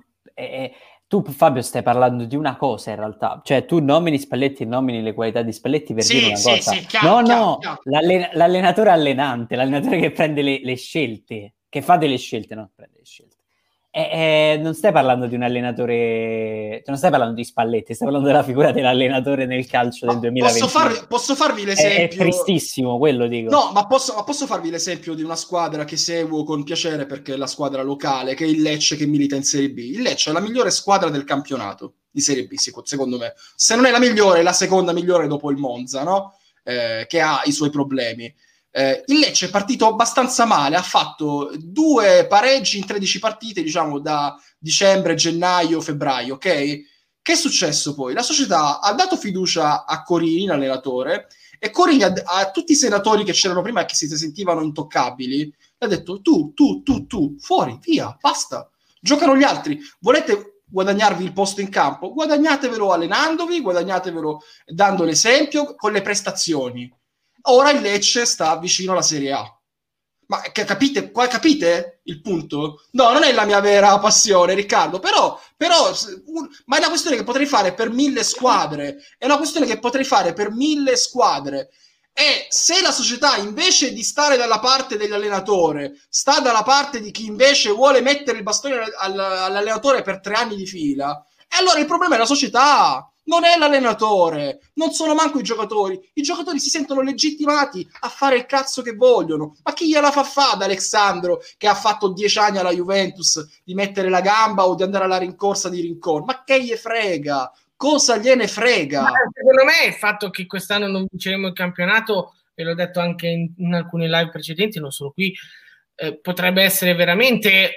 tu, Fabio, stai parlando di una cosa in realtà, cioè tu nomini Spalletti e nomini le qualità di Spalletti per dire una cosa.
Sì, chiaro.
L'allenatore allenante, l'allenatore che prende le scelte, che fa delle scelte, non prende le scelte. Non stai parlando di un allenatore, non stai parlando di Spalletti, stai parlando della figura dell'allenatore nel calcio del 2020.
Posso farvi l'esempio?
È tristissimo, quello dico.
No, ma posso farvi l'esempio di una squadra che seguo con piacere perché è la squadra locale, che è il Lecce, che milita in Serie B. Il Lecce è la migliore squadra del campionato di Serie B, secondo me. Se non è la migliore, è la seconda migliore dopo il Monza, no? Che ha i suoi problemi. Il Lecce è partito abbastanza male, ha fatto 2 pareggi in 13 partite, diciamo da dicembre, gennaio, febbraio, ok? Che è successo poi? La società ha dato fiducia a Corini, l'allenatore, e Corini a tutti i senatori che c'erano prima e che si sentivano intoccabili, ha detto tu, fuori, via, basta. Giocano gli altri. Volete guadagnarvi il posto in campo? Guadagnatevelo allenandovi, guadagnatevelo dando l'esempio con le prestazioni. Ora il Lecce sta vicino alla Serie A. Ma capite il punto? No, non è la mia vera passione, Riccardo, però ma è una questione che potrei fare per 1000 squadre. È una questione che potrei fare per 1000 squadre. E se la società, invece di stare dalla parte dell'allenatore, sta dalla parte di chi invece vuole mettere il bastone all'allenatore per 3 anni di fila, e allora il problema è la società. Non è l'allenatore, non sono manco i giocatori. I giocatori si sentono legittimati a fare il cazzo che vogliono. Ma chi gliela fa ad Alessandro, che ha fatto 10 anni alla Juventus, di mettere la gamba o di andare alla rincorsa di Rincon? Ma che gli frega? Cosa gliene frega?
Ma secondo me il fatto che quest'anno non vinceremo il campionato, e l'ho detto anche in alcune live precedenti, non solo qui, potrebbe essere veramente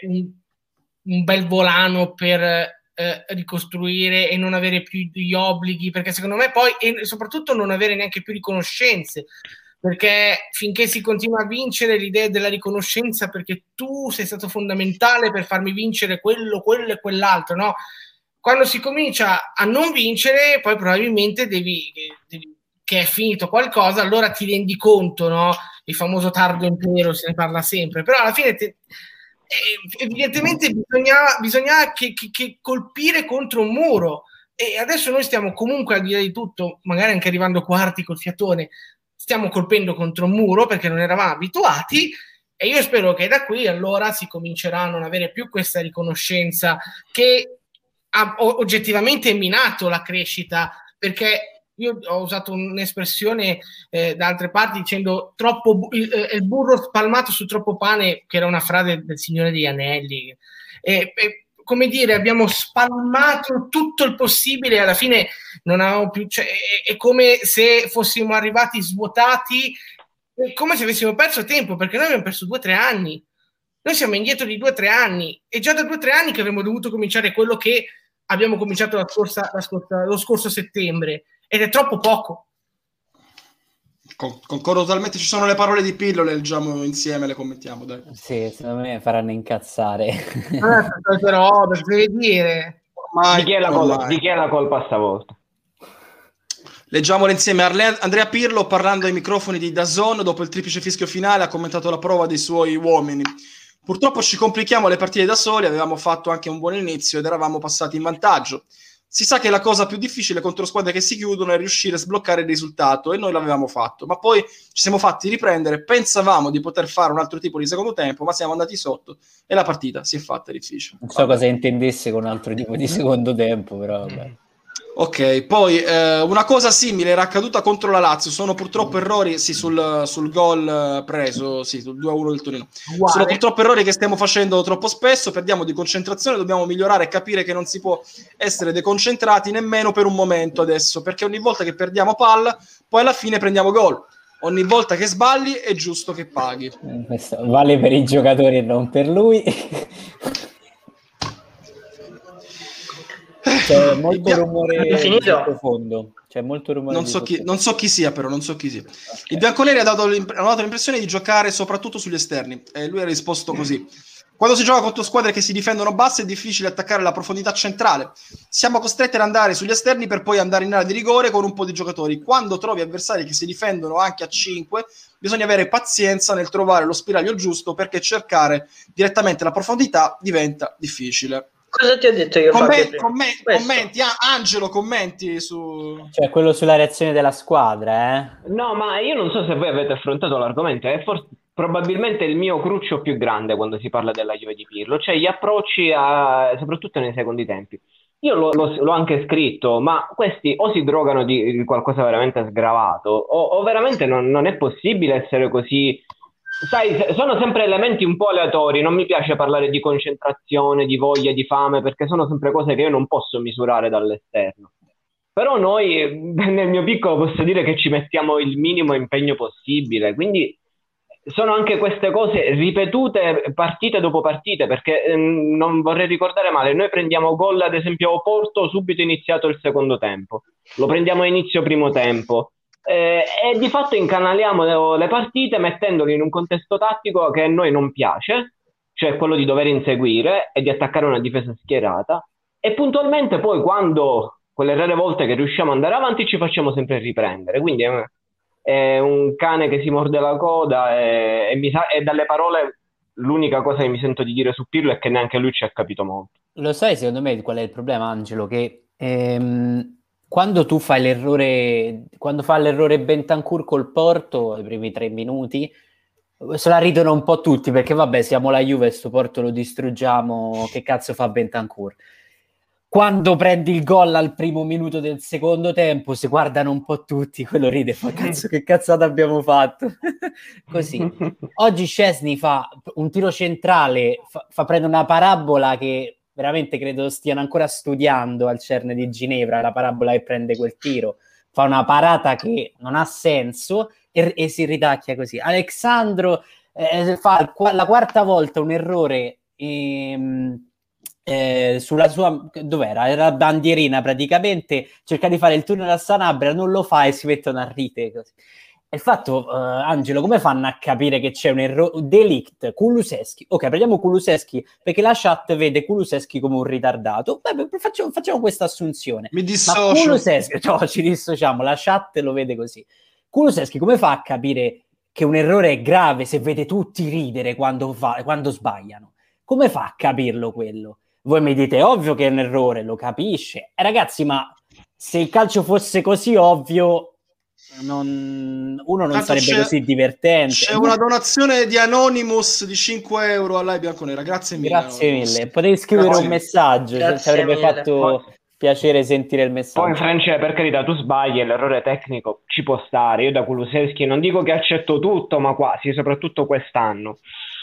un bel volano per ricostruire e non avere più gli obblighi, perché secondo me poi, e soprattutto non avere neanche più riconoscenze, perché finché si continua a vincere l'idea della riconoscenza perché tu sei stato fondamentale per farmi vincere quello e quell'altro, no? quando si comincia a non vincere, poi probabilmente che è finito qualcosa, allora ti rendi conto, no? Il famoso tardo impero, se ne parla sempre, però alla fine evidentemente bisogna che colpire contro un muro, e adesso noi stiamo comunque, al di là di tutto, magari anche arrivando quarti col fiatone, stiamo colpendo contro un muro perché non eravamo abituati, e io spero che da qui allora si comincerà a non avere più questa riconoscenza che ha oggettivamente minato la crescita, perché io ho usato un'espressione da altre parti dicendo il burro spalmato su troppo pane, che era una frase del Signore degli Anelli. Come dire, abbiamo spalmato tutto il possibile e alla fine non avevamo più, cioè, è come se fossimo arrivati svuotati, è come se avessimo perso tempo, perché noi abbiamo perso 2 o 3 anni. Noi siamo indietro di 2 o 3 anni, e già da 2 o 3 anni che avremmo dovuto cominciare quello che abbiamo cominciato lo scorso settembre, ed è troppo poco.
Concordo totalmente, ci sono le parole di Pillo, le leggiamo insieme, le commentiamo, dai.
Sì, secondo me faranno incazzare.
Però devi dire
di chi è la colpa stavolta?
Leggiamole insieme. Andrea Pirlo, parlando ai microfoni di DAZN dopo il triplice fischio finale, ha commentato la prova dei suoi uomini. Purtroppo ci complichiamo le partite da soli, avevamo fatto anche un buon inizio ed eravamo passati in vantaggio. Si sa che la cosa più difficile contro squadre che si chiudono è riuscire a sbloccare il risultato, e noi l'avevamo fatto, ma poi ci siamo fatti riprendere, pensavamo di poter fare un altro tipo di secondo tempo, ma siamo andati sotto e la partita si è fatta difficile.
Non so cosa intendesse con un altro tipo di secondo tempo, però vabbè.
Ok, poi una cosa simile era accaduta contro la Lazio, sono purtroppo errori, sì, sul gol preso, sì, sul 2-1 del Torino. Sono purtroppo errori che stiamo facendo troppo spesso, perdiamo di concentrazione, dobbiamo migliorare e capire che non si può essere deconcentrati nemmeno per un momento adesso, perché ogni volta che perdiamo palla, poi alla fine prendiamo gol. Ogni volta che sbagli è giusto che paghi.
Questo vale per i giocatori e non per lui. C'è molto rumore di sottofondo. C'è molto rumore.
Non so chi sia, però non so chi sia. Il bianconeri hanno dato l'impressione di giocare soprattutto sugli esterni, e lui ha risposto così: quando si gioca contro squadre che si difendono basse è difficile attaccare la profondità centrale, siamo costretti ad andare sugli esterni per poi andare in area di rigore con un po' di giocatori. Quando trovi avversari che si difendono anche a 5 bisogna avere pazienza nel trovare lo spiraglio giusto, perché cercare direttamente la profondità diventa difficile.
Cosa ti ho detto io?
Commenti, Angelo, commenti su...
Cioè, quello sulla reazione della squadra,
No, ma io non so se voi avete affrontato l'argomento, è probabilmente il mio cruccio più grande quando si parla della Juve di Pirlo, cioè gli approcci soprattutto nei secondi tempi. Io l'ho anche scritto, ma questi o si drogano di qualcosa veramente sgravato, o veramente non è possibile essere così... Sai, sono sempre elementi un po' aleatori, non mi piace parlare di concentrazione, di voglia, di fame, perché sono sempre cose che io non posso misurare dall'esterno. Però noi, nel mio piccolo, posso dire che ci mettiamo il minimo impegno possibile, quindi sono anche queste cose ripetute partite dopo partite, perché non vorrei ricordare male, noi prendiamo gol ad esempio a Oporto subito iniziato il secondo tempo, lo prendiamo a inizio primo tempo, e di fatto incanaliamo le partite mettendole in un contesto tattico che a noi non piace, cioè quello di dover inseguire e di attaccare una difesa schierata, e puntualmente poi quando quelle rare volte che riusciamo ad andare avanti ci facciamo sempre riprendere, quindi è un cane che si morde la coda, e dalle parole l'unica cosa che mi sento di dire su Pirlo è che neanche lui ci ha capito molto.
Lo sai secondo me qual è il problema, Angelo? Che quando tu fai l'errore, quando fa l'errore Bentancur col Porto, i primi 3 minuti, se la ridono un po' tutti, perché vabbè, siamo la Juve, sto Porto lo distruggiamo, che cazzo fa Bentancur? Quando prendi il gol al primo minuto del secondo tempo, si guardano un po' tutti, quello ride, fa cazzo, che cazzata abbiamo fatto? Così. Oggi Szczesny fa un tiro centrale, fa prendere una parabola che veramente credo stiano ancora studiando al CERN di Ginevra, la parabola che prende quel tiro, fa una parata che non ha senso e si ritacchia così. Alexandro fa la quarta volta un errore sulla sua, dov'era? Era la bandierina praticamente, cerca di fare il tunnel a Sanabria, non lo fa e si mettono a ride così. il fatto, Angelo, come fanno a capire che c'è un errore? Delict, Kulusevski. Ok, prendiamo Kulusevski, perché la chat vede Kulusevski come un ritardato. Beh, facciamo questa assunzione.
Mi
Ma
dissocio.
Kulusevski, no, ci dissociamo, la chat lo vede così. Kulusevski come fa a capire che un errore è grave se vede tutti ridere quando sbagliano? Come fa a capirlo quello? Voi mi dite, ovvio che è un errore, lo capisce. Ragazzi, ma se il calcio fosse così ovvio... uno non
Tanto
sarebbe così divertente.
C'è una donazione di Anonymous di 5 euro a Live Bianconera. Grazie mille.
Grazie
Anonymous.
mille. Potevi scrivere
Grazie.
un messaggio,
Grazie
ci avrebbe
mille.
fatto piacere sentire il messaggio.
Poi France, per carità, tu sbagli e l'errore tecnico ci può stare. Io da Kulusevski non dico che accetto tutto, ma quasi, soprattutto quest'anno.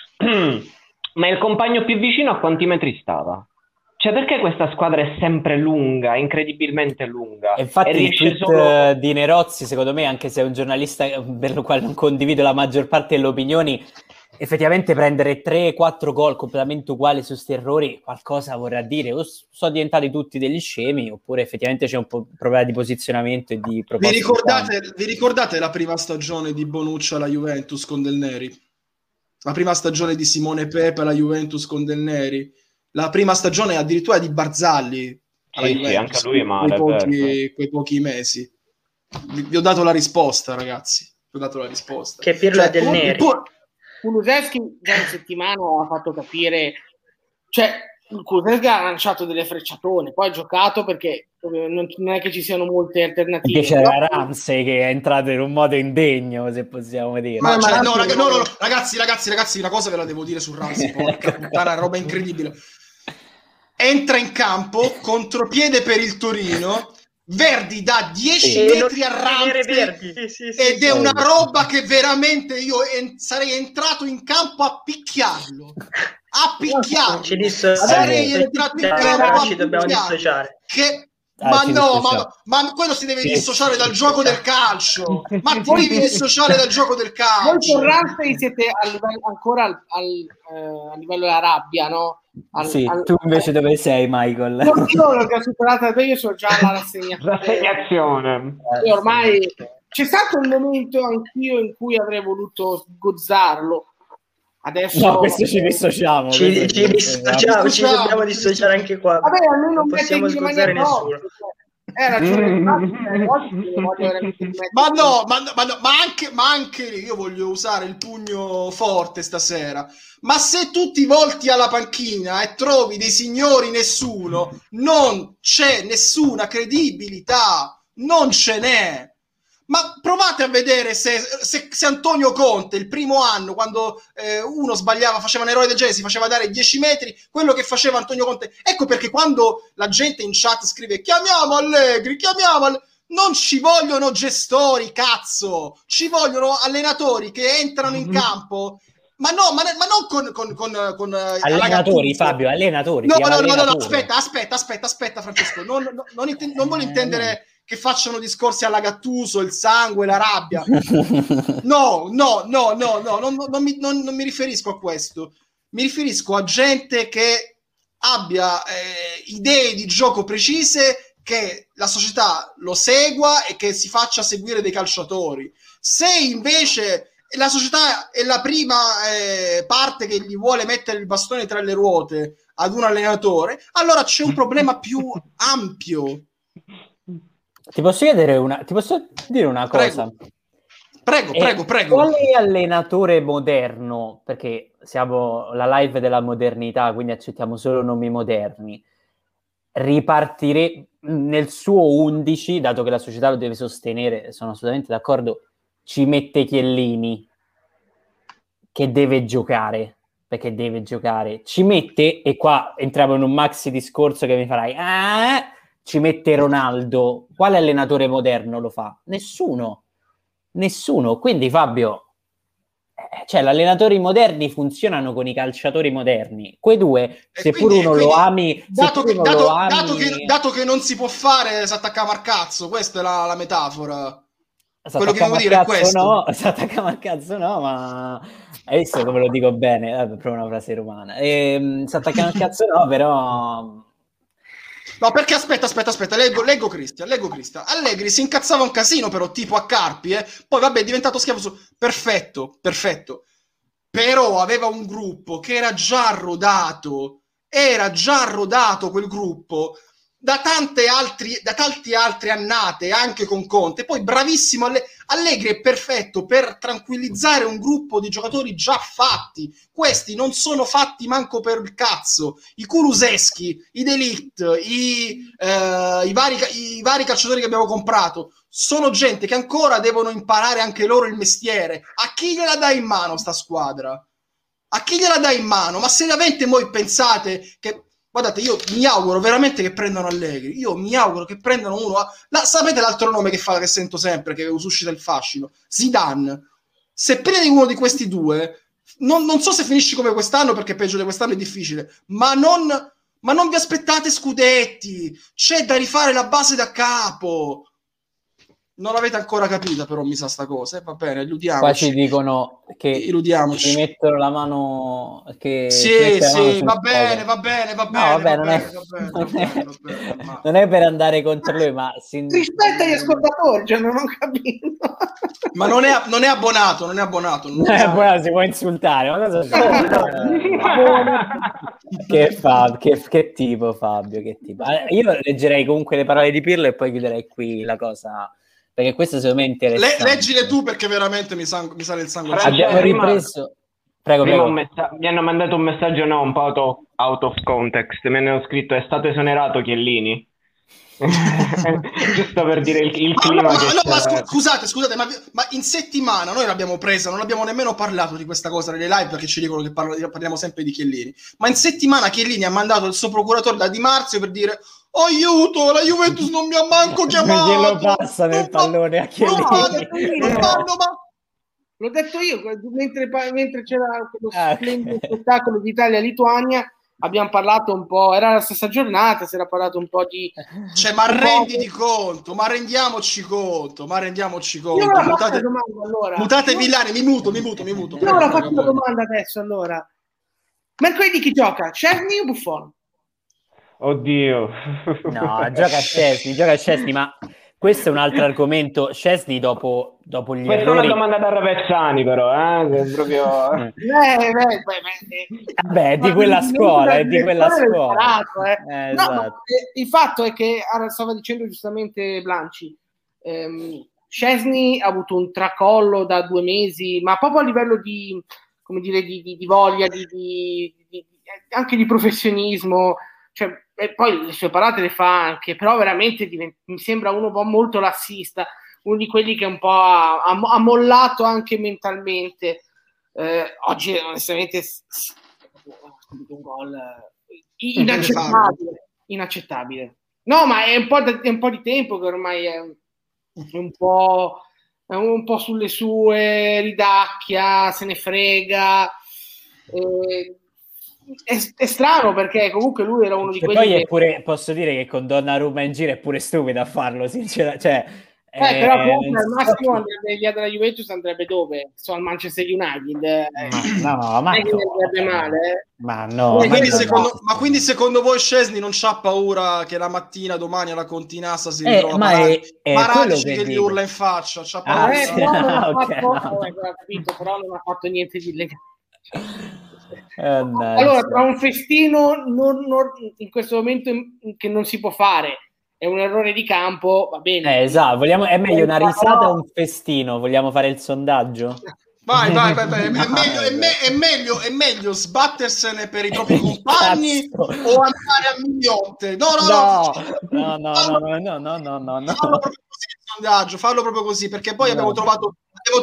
Ma il compagno più vicino a quanti metri stava? Cioè, perché questa squadra è sempre lunga, incredibilmente lunga?
E infatti
E
il
riesce
tweet
solo...
di Nerozzi, secondo me, anche se è un giornalista per lo quale non condivido la maggior parte delle opinioni, effettivamente prendere 3-4 gol completamente uguali su sti errori qualcosa vorrà dire. O sono diventati tutti degli scemi, oppure effettivamente c'è un problema di posizionamento e di proposta.
Vi ricordate la prima stagione di Bonucci alla Juventus con Del Neri? La prima stagione di Simone Pepe alla Juventus con Del Neri? La prima stagione addirittura di Barzagli alla
Sì,
Juventus,
anche lui è male,
quei pochi mesi. Vi ho dato la risposta, ragazzi. Vi ho dato la risposta.
Che Pirlo è Del Neri.
Kulusevski già in settimana ha fatto capire, cioè Kulusevski ha lanciato delle frecciatone, poi ha giocato perché non è che ci siano molte alternative.
Invece c'era Ramsey che è entrato in un modo indegno, se possiamo dire.
Ragazzi, una cosa ve la devo dire su Ramsey, porca puttana, roba incredibile. Entra in campo, contropiede per il Torino, Verdi da 10 metri a Ramsey ed è una roba che veramente io sarei entrato in campo a picchiarlo. Sarei entrato in campo a
ci dobbiamo dissociare.
Ma quello si deve dissociare dal gioco del calcio. Ma ti devi dissociare dal gioco del calcio.
Voi con Ramsey siete ancora a livello della rabbia, no?
Tu invece dove sei, Michael?
Io l'ho già superata, io sono già alla
rassegnazione.
E ormai c'è stato un momento anch'io in cui avrei voluto sgozzarlo. Adesso
no, questo ci dissociamo.
Ci dobbiamo dissociare anche qua.
Vabbè, almeno non
possiamo sgozzare nessuno.
Ma anche io voglio usare il pugno forte stasera. Ma se tu ti volti alla panchina e trovi dei signori nessuno, non c'è nessuna credibilità, non ce n'è. Ma provate a vedere se Antonio Conte il primo anno, quando uno sbagliava, faceva un errore del genere, si faceva dare 10 metri, quello che faceva Antonio Conte. Ecco perché quando la gente in chat scrive chiamiamo Allegri, non ci vogliono gestori, cazzo, ci vogliono allenatori che entrano in campo. Ma non con
allenatori, Fabio, allenatori.
No, aspetta, Francesco, non voglio intendere che facciano discorsi alla Gattuso, il sangue, la rabbia. No, non mi riferisco a questo. Mi riferisco a gente che abbia idee di gioco precise, che la società lo segua e che si faccia seguire dei calciatori. Se invece la società è la prima parte che gli vuole mettere il bastone tra le ruote ad un allenatore, allora c'è un problema più ampio.
Ti posso dire una cosa?
Prego.
Quale allenatore moderno, perché siamo la live della modernità, quindi accettiamo solo nomi moderni, ripartire nel suo 11, dato che la società lo deve sostenere, sono assolutamente d'accordo, ci mette Chiellini, che deve giocare, perché deve giocare. Ci mette, e qua entriamo in un maxi discorso che mi farai, ci mette Ronaldo. Quale allenatore moderno lo fa? Nessuno. Quindi Fabio, cioè, gli allenatori moderni funzionano con i calciatori moderni. Quei due, seppur uno lo ami,
dato che non si può fare, si attaccava al cazzo. Questa è la metafora. Quello che devo dire è questo.
Si attaccava al cazzo, no, ma hai visto come lo dico bene? Proprio una frase romana. Si attaccava al cazzo, no, però
No, perché aspetta, leggo Cristian. Allegri si incazzava un casino, però, tipo a Carpi, poi vabbè, è diventato schiavo perfetto. Però aveva un gruppo che era già rodato quel gruppo da tanti altri annate, anche con Conte. Poi bravissimo Allegri è perfetto per tranquillizzare un gruppo di giocatori già fatti. Questi non sono fatti manco per il cazzo. I Kulusevski, i De Ligt, i vari calciatori che abbiamo comprato sono gente che ancora devono imparare anche loro il mestiere. A chi gliela dai in mano sta squadra? A chi gliela dai in mano? Ma seriamente voi pensate che... Guardate, io mi auguro veramente che prendano Allegri. Io mi auguro che prendano uno... sapete l'altro nome che sento sempre, che suscita il fascino? Zidane. Se prendi uno di questi due, non so se finisci come quest'anno, perché peggio di quest'anno è difficile, ma non vi aspettate scudetti. C'è da rifare la base da capo. Non l'avete ancora capita, però mi sa sta cosa. Va bene, illudiamoci.
Qua ci dicono che ci mettono la mano. Che
sì, va bene.
Non è per andare contro lui, ma
rispetta gli ascoltatori, cioè non ho capito.
Ma non è abbonato. Non è abbonato,
si può insultare. Ma cosa che tipo, Fabio? Che tipo? Io leggerei comunque le parole di Pirlo e poi chiuderei qui la cosa. Perché questo secondo me è interessante.
Leggile tu, perché veramente mi sale il sangue.
Abbiamo ripreso. Prego.
Mi hanno mandato un messaggio un po' out of context. Mi hanno scritto: è stato esonerato Chiellini. Giusto per dire il clima.
Ma scusate, ma in settimana noi l'abbiamo presa, non abbiamo nemmeno parlato di questa cosa nelle live, perché ci dicono che parliamo sempre di Chiellini. Ma in settimana Chiellini ha mandato il suo procuratore da Di Marzio per dire: oh, aiuto, la Juventus non mi ha manco chiamato.
Glielo passa nel pallone a Chiellini.
L'ho detto io mentre c'era quello splendido spettacolo di Italia-Lituania. Abbiamo parlato un po', era la stessa giornata, si era parlato un po' di...
Cioè, ma rendiamoci conto. Mutate Villani, mi muto.
Io ora faccio una domanda adesso, allora. Mercoledì chi gioca? Szczesny o Buffon?
Oddio.
No, gioca Szczesny, ma... Questo è un altro argomento. Szczesny dopo gli errori...
Questa è una domanda da Ravezzani, però, che è proprio...
di quella scuola,
Esatto.
No,
il fatto è che, stava dicendo giustamente Blanci, Szczesny ha avuto un tracollo da 2 mesi, ma proprio a livello di, come dire, di voglia, anche di professionismo, cioè... E poi le sue parate le fa anche, però veramente mi sembra uno molto lassista, uno di quelli che un po' ha mollato anche mentalmente. Oggi onestamente un gol inaccettabile. No, ma è un po' di tempo che ormai è un po' sulle sue, ridacchia, se ne frega. È strano, perché comunque lui era uno di quelli
poi è pure, posso dire che con Donnarumma in giro è pure stupido a farlo, sinceramente, cioè,
però comunque al massimo andrebbe via dalla Juventus, andrebbe dove? Al Manchester United.
Quindi secondo voi Szczesny non c'ha paura che la mattina, domani alla Continassa si ritrova Maradic che gli urla in faccia? C'ha paura?
Però non ha fatto niente di illegale. Allora, tra un festino in questo momento che non si può fare è un errore di campo, va bene.
Esatto, è meglio una risata o un festino? Vogliamo fare il sondaggio?
Vai. È meglio sbattersene per i propri compagni o andare a Migliotte? No. Fallo proprio così, perché poi abbiamo trovato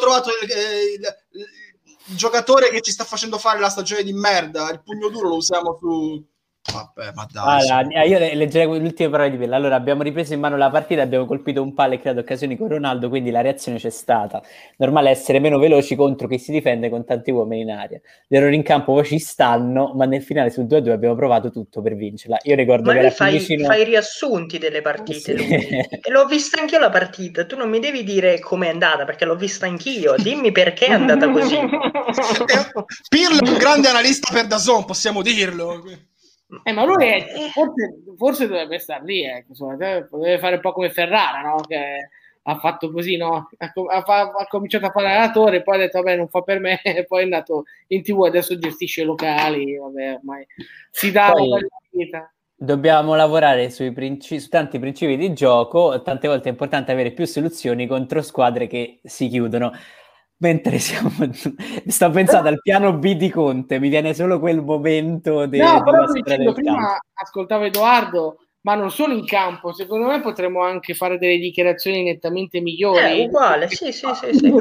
il giocatore che ci sta facendo fare la stagione di merda. Il pugno duro lo usiamo su... Vabbè, ma dai.
Allora, io leggerei le ultime parole di Pirlo. Allora, abbiamo ripreso in mano la partita, abbiamo colpito un palo e creato occasioni con Ronaldo, quindi la reazione c'è stata. Normale essere meno veloci contro chi si difende con tanti uomini in aria. Gli errori in campo poi ci stanno, ma nel finale sul 2-2 abbiamo provato tutto per vincerla. Io ricordo che
fai riassunti delle partite, lui. E l'ho vista anch'io la partita. Tu non mi devi dire com'è andata, perché l'ho vista anch'io. Dimmi perché è andata così.
Pirlo è un grande analista per DAZN, possiamo dirlo.
Ma lui forse dovrebbe stare lì, insomma, deve fare un po' come Ferrara, no? Che ha fatto così, no? Ha cominciato a fare allenatore, poi ha detto vabbè non fa per me, e poi è andato in TV, adesso gestisce i locali, vabbè ormai si dà la vita.
Dobbiamo lavorare su tanti principi di gioco, tante volte è importante avere più soluzioni contro squadre che si chiudono. Mentre sto pensando al piano B di Conte, mi viene solo quel momento
no, però dicendo, prima ascoltavo Edoardo, ma non solo in campo, secondo me potremmo anche fare delle dichiarazioni nettamente migliori.
Uguale, sì. Sì.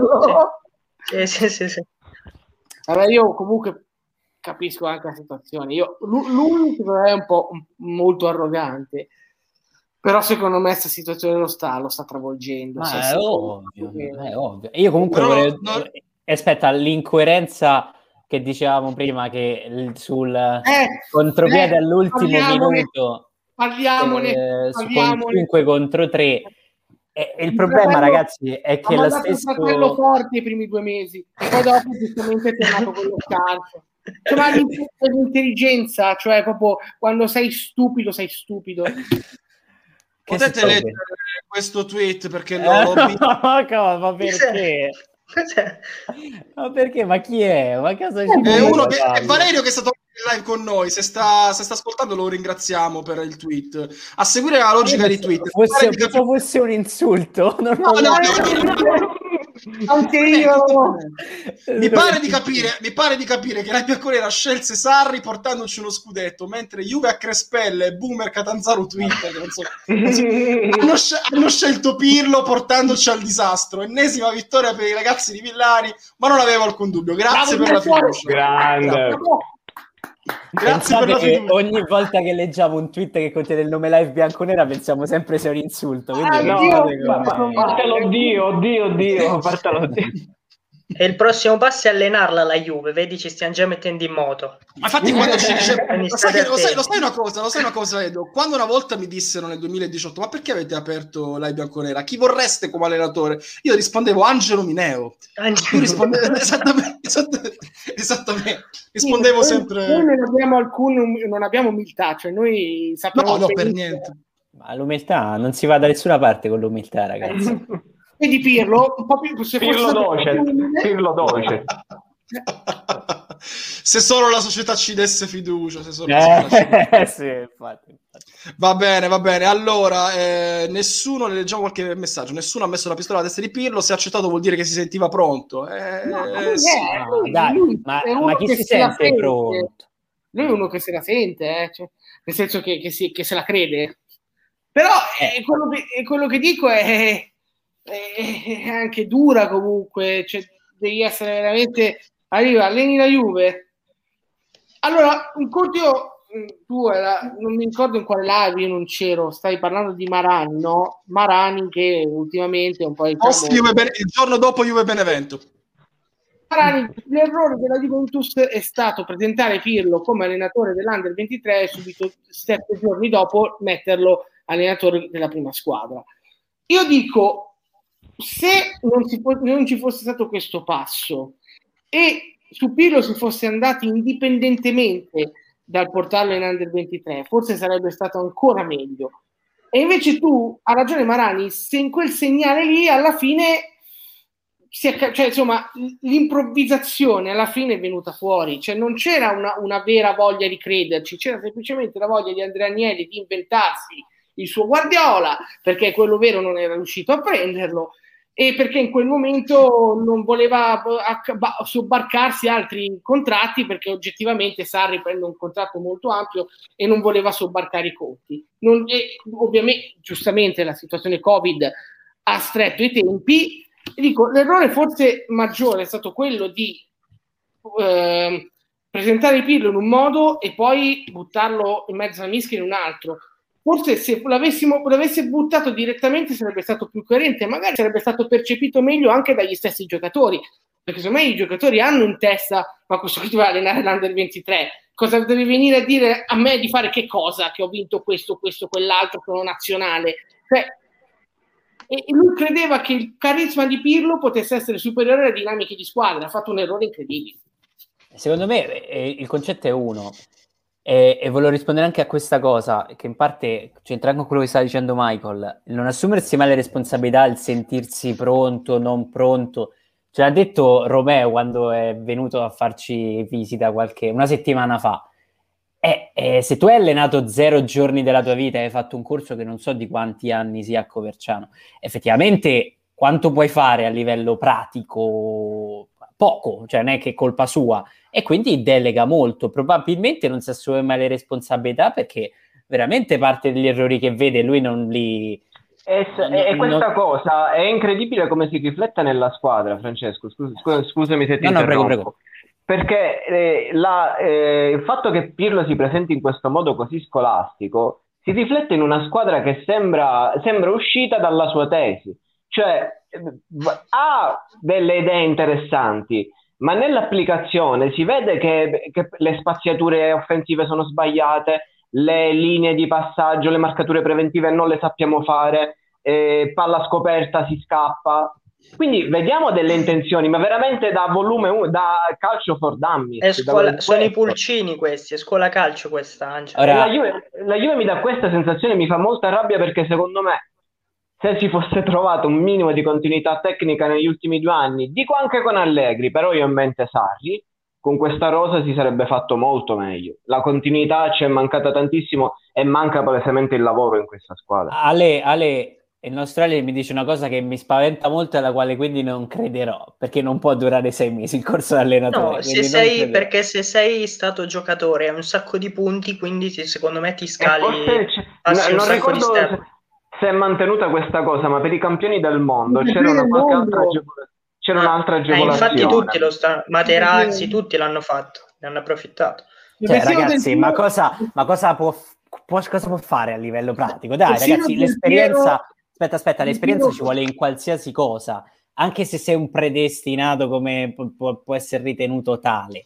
Allora, io comunque capisco anche la situazione. Lui secondo me è un po' molto arrogante, però secondo me questa situazione lo sta travolgendo.
Ma è ovvio. Io comunque aspetta, l'incoerenza che dicevamo prima, che sul contropiede all'ultimo minuto,
parliamone.
con 5 contro 3. E il problema, ragazzi, è che lo stesso...
il fratello forte i primi 2 mesi, e poi dopo giustamente è tornato quello scarso. Cioè, ma l'intelligenza, cioè proprio quando sei stupido.
Potete leggere questo tweet perché l'ho visto.
Ma perché? Ma perché? Ma chi è? Ma cosa ci
è uno che è Valerio, che è stato in live con noi. Se sta ascoltando lo ringraziamo per il tweet. A seguire la logica di tweet.
Fosse un insulto.
Anche io
mi pare di capire che la Bianconera scelse Sarri portandoci uno scudetto, mentre Juve a Crespelle e Boomer Catanzaro Twitter hanno scelto Pirlo portandoci al disastro. Ennesima vittoria per i ragazzi di Villani, ma non avevo alcun dubbio. Grazie per la fiducia.
Grande.
Grazie per la fiducia. Ogni volta che leggiamo un tweet che contiene il nome live bianconera pensiamo sempre sia un insulto.
Partelo Dio.
E il prossimo passo è allenarla la Juve, vedi, ci stiamo già mettendo in moto.
Ma infatti quando ci dice lo sai una cosa Edo, quando una volta mi dissero nel 2018 ma perché avete aperto la bianconera, chi vorreste come allenatore, io rispondevo Angelo Mineo. Tu rispondevi esattamente rispondevo sempre.
Noi non abbiamo umiltà, cioè noi sappiamo
no per niente.
Ma l'umiltà non si va da nessuna parte con l'umiltà, ragazzi.
Vedi Pirlo, un po' più
Pirlo dolce.
Se solo la società ci desse fiducia,
sì, infatti.
Va bene. Allora, nessuno, ne leggiamo qualche messaggio. Nessuno ha messo la pistola alla testa di Pirlo. Se ha accettato vuol dire che si sentiva pronto.
Ma chi si sente pronto?
Lui è uno che se la sente, cioè, nel senso che se la crede. Però quello che dico è anche dura comunque, cioè devi essere veramente alleni la Juve. Allora un conto non mi ricordo in quale live, io non c'ero, stai parlando di Marani, no? Marani che ultimamente è un po' il
giorno dopo Juve Benevento.
Marani, l'errore della Juventus è stato presentare Pirlo come allenatore dell'Under 23 e subito 7 giorni dopo metterlo allenatore della prima squadra. Io dico, se non ci fosse stato questo passo e su Pirlo si fosse andati indipendentemente dal portarlo in Under 23, forse sarebbe stato ancora meglio. E invece ha ragione Marani, se in quel segnale lì alla fine l'improvvisazione alla fine è venuta fuori, cioè non c'era una vera voglia di crederci, c'era semplicemente la voglia di Andrea Agnelli di inventarsi il suo Guardiola, perché quello vero non era riuscito a prenderlo e perché in quel momento non voleva sobbarcarsi altri contratti, perché oggettivamente Sarri prende un contratto molto ampio e non voleva sobbarcare i conti. Ovviamente, giustamente, la situazione Covid ha stretto i tempi. E dico, l'errore forse maggiore è stato quello di presentare Pirlo in un modo e poi buttarlo in mezzo alla mischia in un altro. Forse se l'avesse buttato direttamente sarebbe stato più coerente, magari sarebbe stato percepito meglio anche dagli stessi giocatori, perché secondo me i giocatori hanno in testa, ma questo qui doveva allenare l'Under 23, cosa deve venire a dire a me di fare che cosa, che ho vinto questo, quell'altro, con una nazionale, cioè, e lui credeva che il carisma di Pirlo potesse essere superiore alle dinamiche di squadra, ha fatto un errore incredibile.
Secondo me il concetto è uno. E volevo rispondere anche a questa cosa, che in parte c'entra anche con quello che stava dicendo Michael, il non assumersi mai le responsabilità, il sentirsi pronto, non pronto. Ce l'ha detto Romeo quando è venuto a farci visita una settimana fa. Se tu hai allenato 0 giorni della tua vita e hai fatto un corso che non so di quanti anni sia a Coverciano, effettivamente quanto puoi fare a livello pratico? Poco, cioè non è che è colpa sua. E quindi delega molto. Probabilmente non si assume mai le responsabilità perché veramente parte degli errori che vede lui non li...
E questa cosa è incredibile come si rifletta nella squadra, Francesco. Scusami se ti interrompo.
Prego.
Perché il fatto che Pirlo si presenti in questo modo così scolastico si riflette in una squadra che sembra uscita dalla sua tesi. Cioè, ha delle idee interessanti, ma nell'applicazione si vede che le spaziature offensive sono sbagliate, le linee di passaggio, le marcature preventive non le sappiamo fare, palla scoperta si scappa. Quindi vediamo delle intenzioni, ma veramente da volume 1, da calcio for dummies.
Sono i pulcini questi, è scuola calcio questa, Angelo.
La Juve mi dà questa sensazione, mi fa molta rabbia perché secondo me se si fosse trovato un minimo di continuità tecnica negli ultimi 2 anni, dico anche con Allegri, però io ho in mente Sarri, con questa rosa si sarebbe fatto molto meglio. La continuità ci è mancata tantissimo e manca palesemente il lavoro in questa squadra.
Ale, il nostro Ale mi dice una cosa che mi spaventa molto e alla quale quindi non crederò, perché non può durare 6 mesi il corso da allenatore.
No, perché se sei stato giocatore hai un sacco di punti, quindi secondo me ti scali, passi un sacco di step.
Se è mantenuta questa cosa, ma per i campioni del mondo c'era un'altra agevolazione.
Infatti tutti Materazzi, tutti l'hanno fatto, ne hanno approfittato.
Cioè, ragazzi, ma cosa può fare a livello pratico? Dai, ragazzi, l'esperienza... Aspetta, l'esperienza ci vuole in qualsiasi cosa, anche se sei un predestinato come può essere ritenuto tale.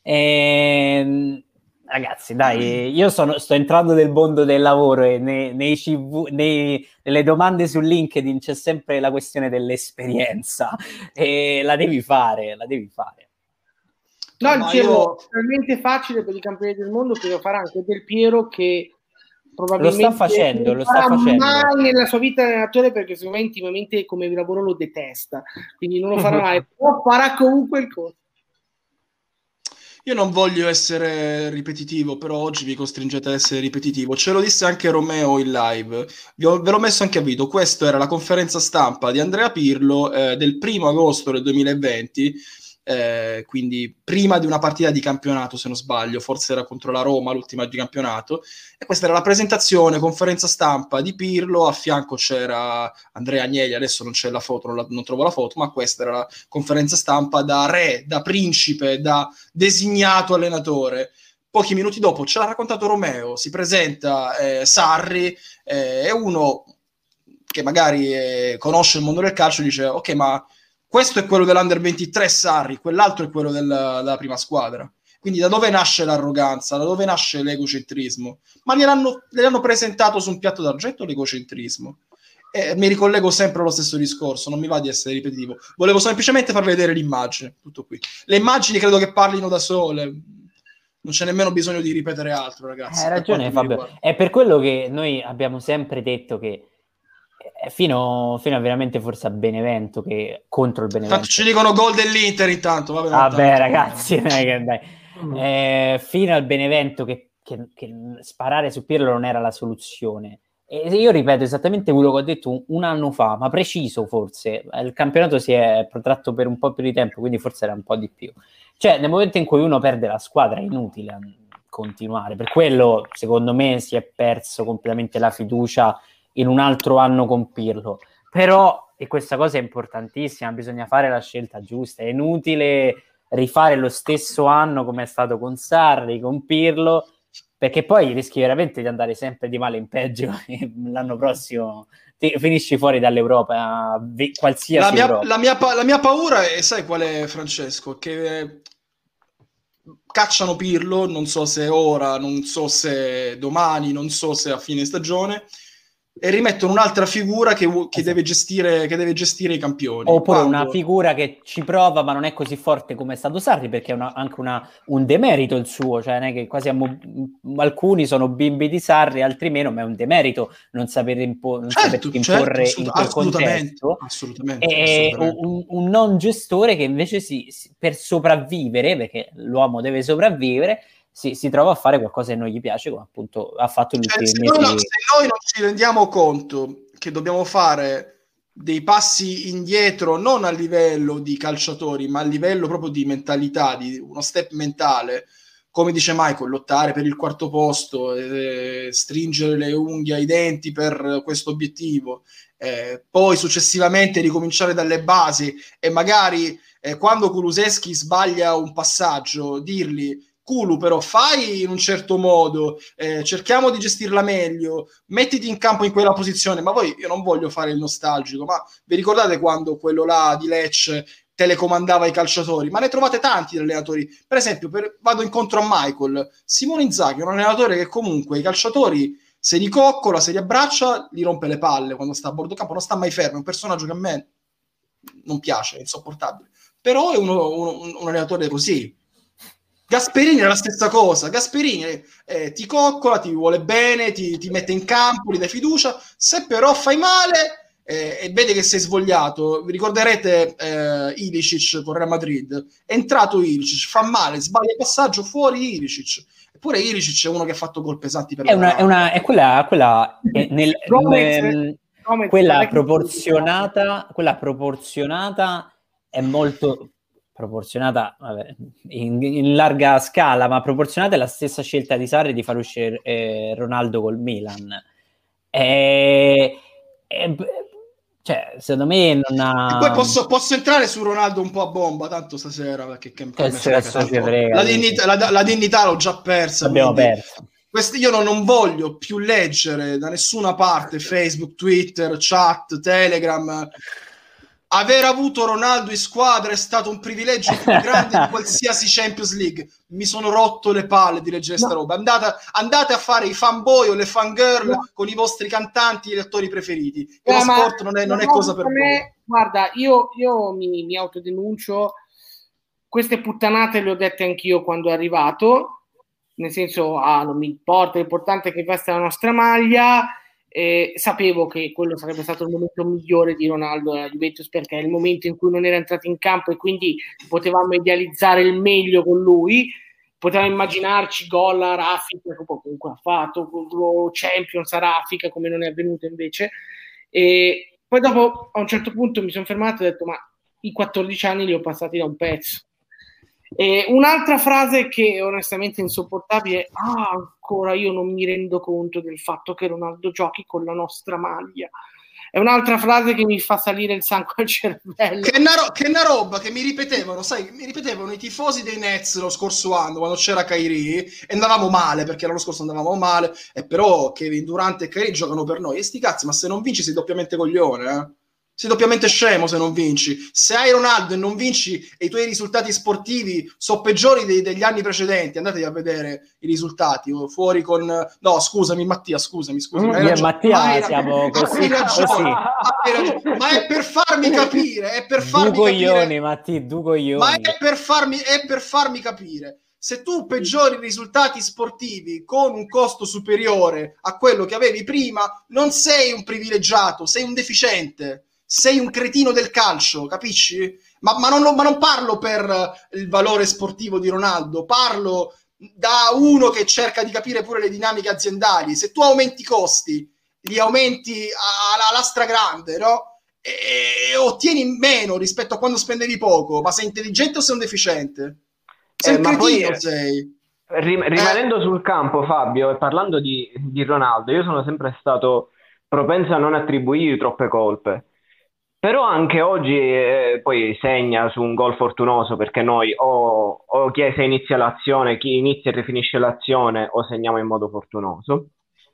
Ragazzi, dai, io sto entrando nel mondo del lavoro e nelle domande su LinkedIn c'è sempre la questione dell'esperienza e la devi fare.
No, dicevo, è talmente facile per i campioni del mondo che lo farà anche Del Piero, che probabilmente
lo sta facendo.
mai nella sua vita allenatore, perché secondo me intimamente come lavoro lo detesta, quindi non lo farà mai, però farà comunque il corso.
Io non voglio essere ripetitivo, però oggi vi costringete ad essere ripetitivo. Ce lo disse anche Romeo in live. Ve l'ho messo anche a video. Questa era la conferenza stampa di Andrea Pirlo del 1 agosto del 2020, quindi prima di una partita di campionato, se non sbaglio, forse era contro la Roma, l'ultima di campionato. E questa era la presentazione, conferenza stampa di Pirlo. A fianco c'era Andrea Agnelli, adesso non c'è la foto, non trovo la foto, ma questa era la conferenza stampa da re, da principe, da designato allenatore. Pochi minuti dopo, ce l'ha raccontato Romeo, si presenta Sarri, è uno che magari conosce il mondo del calcio, dice ok, ma questo è quello dell'Under 23 Sarri, quell'altro è quello della prima squadra. Quindi da dove nasce l'arroganza, da dove nasce l'egocentrismo? Ma gliel'hanno presentato su un piatto d'argento l'egocentrismo. E mi ricollego sempre allo stesso discorso, non mi va di essere ripetitivo. Volevo semplicemente far vedere l'immagine, tutto qui. Le immagini credo che parlino da sole, non c'è nemmeno bisogno di ripetere altro, ragazzi.
Hai ragione, Fabio. È per quello che noi abbiamo sempre detto che fino a veramente forse a Benevento, che contro il Benevento.
Tanto ci dicono gol dell'Inter intanto.
Vabbè ragazzi, fino al Benevento che sparare su Pirlo non era la soluzione. E io ripeto esattamente quello che ho detto un anno fa, ma preciso forse. Il campionato si è protratto per un po' più di tempo, quindi forse era un po' di più. Cioè, nel momento in cui uno perde la squadra è inutile continuare. Per quello, secondo me, si è perso completamente la fiducia in un altro anno con Pirlo. Però, e questa cosa è importantissima, bisogna fare la scelta giusta. È inutile rifare lo stesso anno come è stato con Sarri, con Pirlo, perché poi rischi veramente di andare sempre di male in peggio e l'anno prossimo finisci fuori dall'Europa, qualsiasi Europa.
La mia paura è, sai qual è, Francesco? Che cacciano Pirlo, non so se ora, non so se domani, non so se a fine stagione, e rimettono un'altra figura che deve gestire i campioni.
Oppure una figura che ci prova ma non è così forte come è stato Sarri, perché è anche un demerito il suo, cioè non è che quasi alcuni sono bimbi di Sarri, altri meno, ma è un demerito non sapersi imporre in quel contesto.
Assolutamente.
Un non gestore che invece per sopravvivere, perché l'uomo deve sopravvivere, si trova a fare qualcosa che non gli piace, come appunto ha fatto gli ultimi mesi.
Se noi non ci rendiamo conto che dobbiamo fare dei passi indietro, non a livello di calciatori, ma a livello proprio di mentalità, di uno step mentale, come dice Michael, lottare per il quarto posto, stringere le unghie ai denti per questo obiettivo, poi successivamente ricominciare dalle basi e magari quando Kulusevski sbaglia un passaggio, dirgli: Kulu, però fai in un certo modo, cerchiamo di gestirla meglio, mettiti in campo in quella posizione. Ma poi io non voglio fare il nostalgico, ma vi ricordate quando quello là di Lecce telecomandava i calciatori? Ma ne trovate tanti di allenatori. Per esempio, vado incontro a Michael, Simone Inzaghi è un allenatore che comunque i calciatori, se li coccola, se li abbraccia, gli rompe le palle quando sta a bordo campo, non sta mai fermo, è un personaggio che a me non piace, è insopportabile. Però è un allenatore così. Gasperini è la stessa cosa. Gasperini ti coccola, ti vuole bene, ti mette in campo, gli dai fiducia. Se però fai male e vede che sei svogliato, vi ricorderete Ilicic con Real Madrid, è entrato Ilicic, fa male, sbaglia il passaggio, fuori Ilicic. Eppure Ilicic è uno che ha fatto gol pesanti per
quella proporzionata è molto proporzionata, vabbè, in larga scala, ma proporzionata è la stessa scelta di Sarri di far uscire Ronaldo col Milan. Cioè, secondo me non ha...
E poi posso entrare su Ronaldo un po' a bomba, tanto stasera, perché la dignità l'ho già persa.
L'abbiamo persa.
Io non voglio più leggere da nessuna parte, Facebook, Twitter, chat, Telegram. Aver avuto Ronaldo in squadra è stato un privilegio più grande di qualsiasi Champions League. Mi sono rotto le palle di leggere sta roba. Andate a fare i fanboy o le fangirl con i vostri cantanti e gli attori preferiti. Lo sport non è cosa per voi.
Guarda, io mi autodenuncio. Queste puttanate le ho dette anch'io quando è arrivato. Nel senso, non mi importa, l'importante è che veste la nostra maglia. Sapevo che quello sarebbe stato il momento migliore di Ronaldo alla Juventus, perché è il momento in cui non era entrato in campo e quindi potevamo idealizzare il meglio con lui, potevamo immaginarci gol a raffica, come comunque ha fatto, Champions a raffica, come non è avvenuto invece. E poi dopo a un certo punto mi sono fermato e ho detto: ma i 14 anni li ho passati da un pezzo. E un'altra frase che onestamente è insopportabile: ancora io non mi rendo conto del fatto che Ronaldo giochi con la nostra maglia. È un'altra frase che mi fa salire il sangue al cervello.
Che è una roba che mi ripetevano i tifosi dei Nets lo scorso anno quando c'era Kyrie e andavamo male, perché l'anno scorso andavamo male, e però Kevin Durant e Kyrie giocano per noi. E sti cazzi, ma se non vinci sei doppiamente coglione, sei doppiamente scemo se non vinci. Se hai Ronaldo e non vinci e i tuoi risultati sportivi sono peggiori degli anni precedenti, andate a vedere i risultati. Fuori con... No, scusami Mattia, scusami.
Mattia, siamo così.
Hai ragione. Ma è per farmi capire, è per farmi capire.
Matti, du coglioni.
Ma è per farmi capire. Se tu peggiori i risultati sportivi con un costo superiore a quello che avevi prima, non sei un privilegiato, sei un deficiente. Sei un cretino del calcio, capisci? Ma non parlo per il valore sportivo di Ronaldo, parlo da uno che cerca di capire pure le dinamiche aziendali. Se tu aumenti i costi, li aumenti alla stragrande, no? E ottieni meno rispetto a quando spendevi poco. Ma sei intelligente o sei un deficiente? Sei un cretino, poi, sei.
Rimanendo sul campo, Fabio, e parlando di Ronaldo, io sono sempre stato propenso a non attribuirgli troppe colpe. Però anche oggi poi segna su un gol fortunoso, perché noi o Chiesa inizia l'azione, chi inizia e finisce l'azione, o segniamo in modo fortunoso.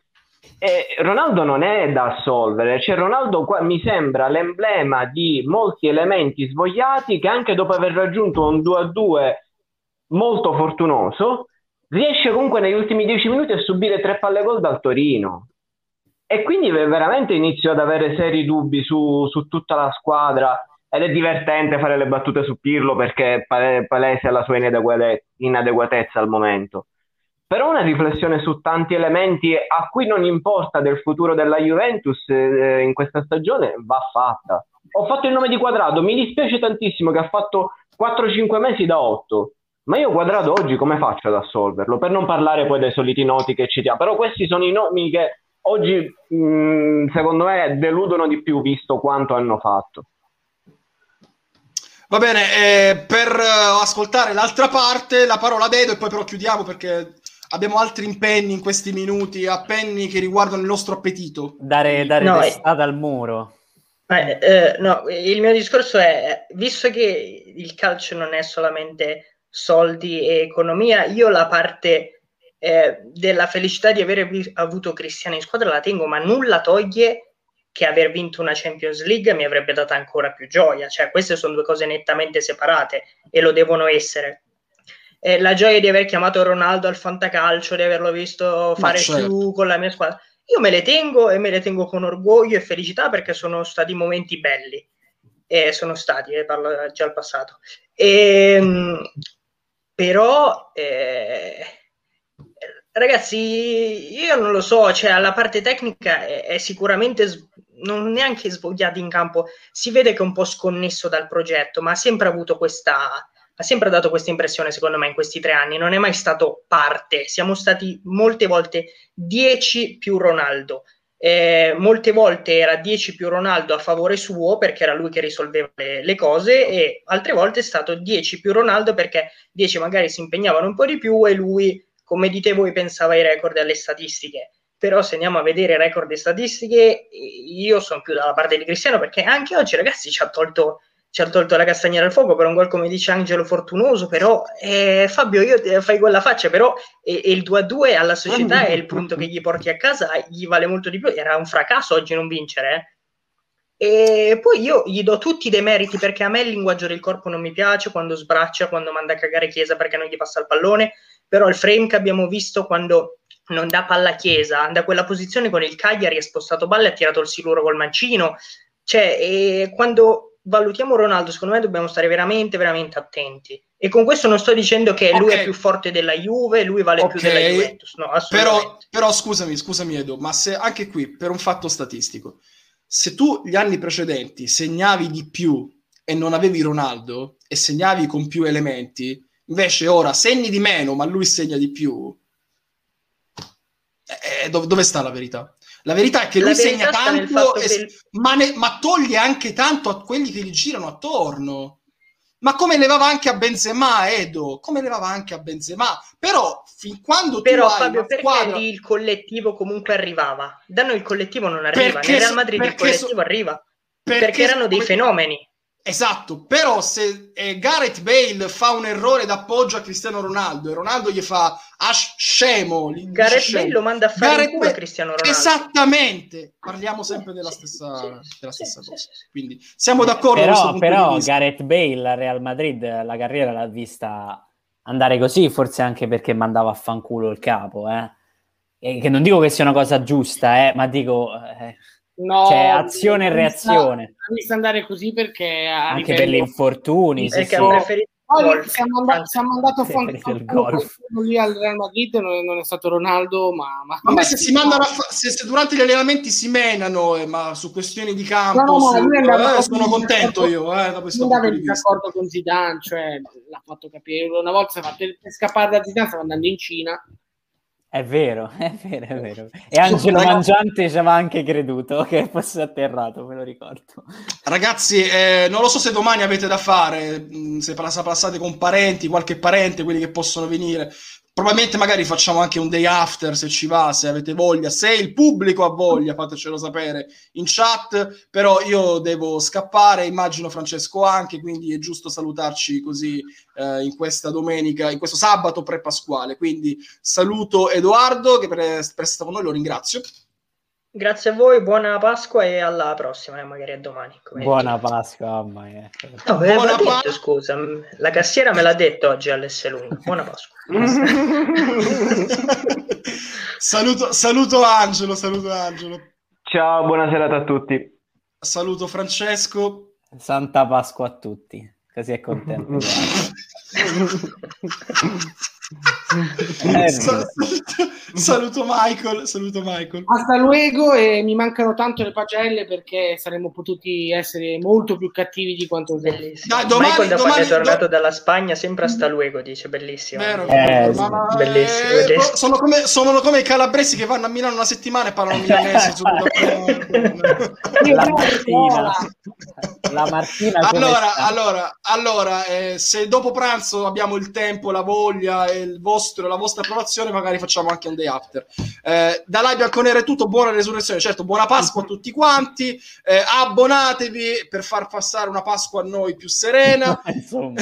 E Ronaldo non è da assolvere, cioè Ronaldo qua mi sembra l'emblema di molti elementi svogliati che anche dopo aver raggiunto un 2-2 molto fortunoso riesce comunque negli ultimi 10 minuti a subire 3 palle gol dal Torino. E quindi veramente inizio ad avere seri dubbi su tutta la squadra, ed è divertente fare le battute su Pirlo perché è palese la sua inadeguatezza al momento. Però una riflessione su tanti elementi a cui non importa del futuro della Juventus in questa stagione va fatta. Ho fatto il nome di Quadrado, mi dispiace tantissimo che ha fatto 4-5 mesi da 8, ma io Quadrado oggi come faccio ad assolverlo? Per non parlare poi dei soliti noti che citiamo, però questi sono i nomi che oggi secondo me deludono di più visto quanto hanno fatto.
Va bene, per ascoltare l'altra parte la parola a Edo e poi però chiudiamo perché abbiamo altri impegni in questi minuti, appenni che riguardano il nostro appetito.
Dare
No,
testata al muro.
No, il mio discorso è, visto che il calcio non è solamente soldi e economia, io la parte della felicità di aver avuto Cristiano in squadra la tengo, ma nulla toglie che aver vinto una Champions League mi avrebbe dato ancora più gioia. Cioè, queste sono due cose nettamente separate e lo devono essere. La gioia di aver chiamato Ronaldo al fantacalcio, di averlo visto fare più con la mia squadra, io me le tengo e me le tengo con orgoglio e felicità perché sono stati momenti belli. Sono stati, parlo già al passato. Però ragazzi, io non lo so, cioè la parte tecnica è sicuramente non neanche svogliata in campo, si vede che è un po' sconnesso dal progetto, ma ha sempre avuto ha sempre dato questa impressione secondo me in questi 3 anni, non è mai stato parte, siamo stati molte volte 10 più Ronaldo, molte volte era 10 più Ronaldo a favore suo perché era lui che risolveva le cose e altre volte è stato 10 più Ronaldo perché 10 magari si impegnavano un po' di più e lui, come dite voi, pensava ai record e alle statistiche. Però se andiamo a vedere record e statistiche, io sono più dalla parte di Cristiano perché anche oggi, ragazzi, ci ha tolto la castagniera al fuoco per un gol, come dice Angelo Fortunoso, però Fabio, io fai quella faccia, però il 2-2 alla società è il punto che gli porti a casa, gli vale molto di più, era un fracasso oggi non vincere, E poi io gli do tutti dei meriti perché a me il linguaggio del corpo non mi piace, quando sbraccia, quando manda a cagare Chiesa perché non gli passa il pallone, però il frame che abbiamo visto quando non dà palla a Chiesa, da quella posizione con il Cagliari ha spostato palla e ha tirato il siluro col mancino, cioè quando valutiamo Ronaldo secondo me dobbiamo stare veramente veramente attenti, e con questo non sto dicendo che lui è più forte della Juve, lui vale più della Juventus, no, assolutamente.
Però scusami Edo, ma se anche qui per un fatto statistico, se tu gli anni precedenti segnavi di più e non avevi Ronaldo e segnavi con più elementi, invece ora segni di meno ma lui segna di più, dove sta la verità? La verità è che lui segna tanto, ma toglie anche tanto a quelli che gli girano attorno. Ma come levava anche a Benzema, Edo, come levava anche a Benzema. Però fin quando tu hai
Fabio,
una squadra...
perché lì il collettivo comunque arrivava? Da noi il collettivo non arriva, nel Real Madrid il collettivo arriva, perché erano dei fenomeni.
Esatto, però se Gareth Bale fa un errore d'appoggio a Cristiano Ronaldo e Ronaldo gli fa scemo,
Gareth Bale lo manda a fare il culo a Cristiano Ronaldo.
Esattamente, parliamo sempre della stessa cosa. Quindi siamo d'accordo.
Però Gareth Bale al Real Madrid la carriera l'ha vista andare così, forse anche perché mandava a fanculo il capo, E che non dico che sia una cosa giusta, ma dico...
No,
c'è azione e reazione.
Ha visto andare così perché
anche per gli infortuni
siamo andato a fanculo lì al Real Madrid, non è stato Ronaldo, ma
a me se si mandano se durante gli allenamenti si menano, ma su questioni di campo sono contento io da questo punto di vista.
D'accordo con Zidane, cioè l'ha fatto capire una volta, si è fatto per scappare da Zidane, stava andando in Cina.
È vero. E Angelo Mangiante ci aveva anche creduto che fosse atterrato, me lo ricordo.
Ragazzi, non lo so se domani avete da fare, se passate con parenti, qualche parente, quelli che possono venire. Probabilmente magari facciamo anche un day after se ci va, se avete voglia, se il pubblico ha voglia, fatecelo sapere in chat, però io devo scappare, immagino Francesco anche, quindi è giusto salutarci così in questa domenica, in questo sabato pre-pasquale, quindi saluto Edoardo che per essere stato con noi, lo ringrazio.
Grazie a voi, buona Pasqua e alla prossima, magari a domani.
Buona Pasqua, mamma.
No, scusa, la cassiera me l'ha detto oggi all'S lungo. Buona Pasqua.
Saluto Angelo.
Ciao, buona serata a tutti.
Saluto Francesco.
Santa Pasqua a tutti, così è contento.
Saluto Michael.
Hasta luego, e mi mancano tanto le pagelle perché saremmo potuti essere molto più cattivi di quanto siamo.
Bellissimo. Michael da quando è tornato dalla Spagna sempre hasta luego, dice, bellissimo.
Bellissimo. Sono come i calabresi che vanno a Milano una settimana e parlano milanese subito.
La Martina.
Allora, se dopo pranzo abbiamo il tempo, la voglia e la vostra approvazione, magari facciamo anche un day after. Da Live Bianconera è tutto, buona resurrezione, certo, buona Pasqua a tutti quanti, abbonatevi per far passare una Pasqua a noi più serena.
Insomma,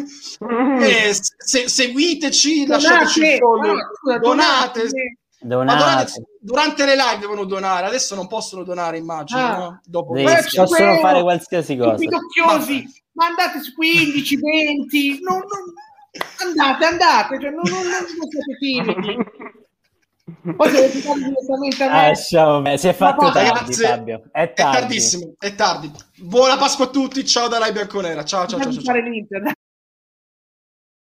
seguiteci, lasciateci il follow, donate. Durante le live devono donare, adesso non possono donare, immagino, no? Dopo
possono fare qualsiasi cosa.
Mandate su 15, 20, andate, cioè non siete timidi. Poi dovete fare direttamente a me.
Si è fatto tardi,
ragazzi,
Fabio. È
tardissimo, è tardi. Buona Pasqua a tutti, ciao da Live Bianconera. Ciao.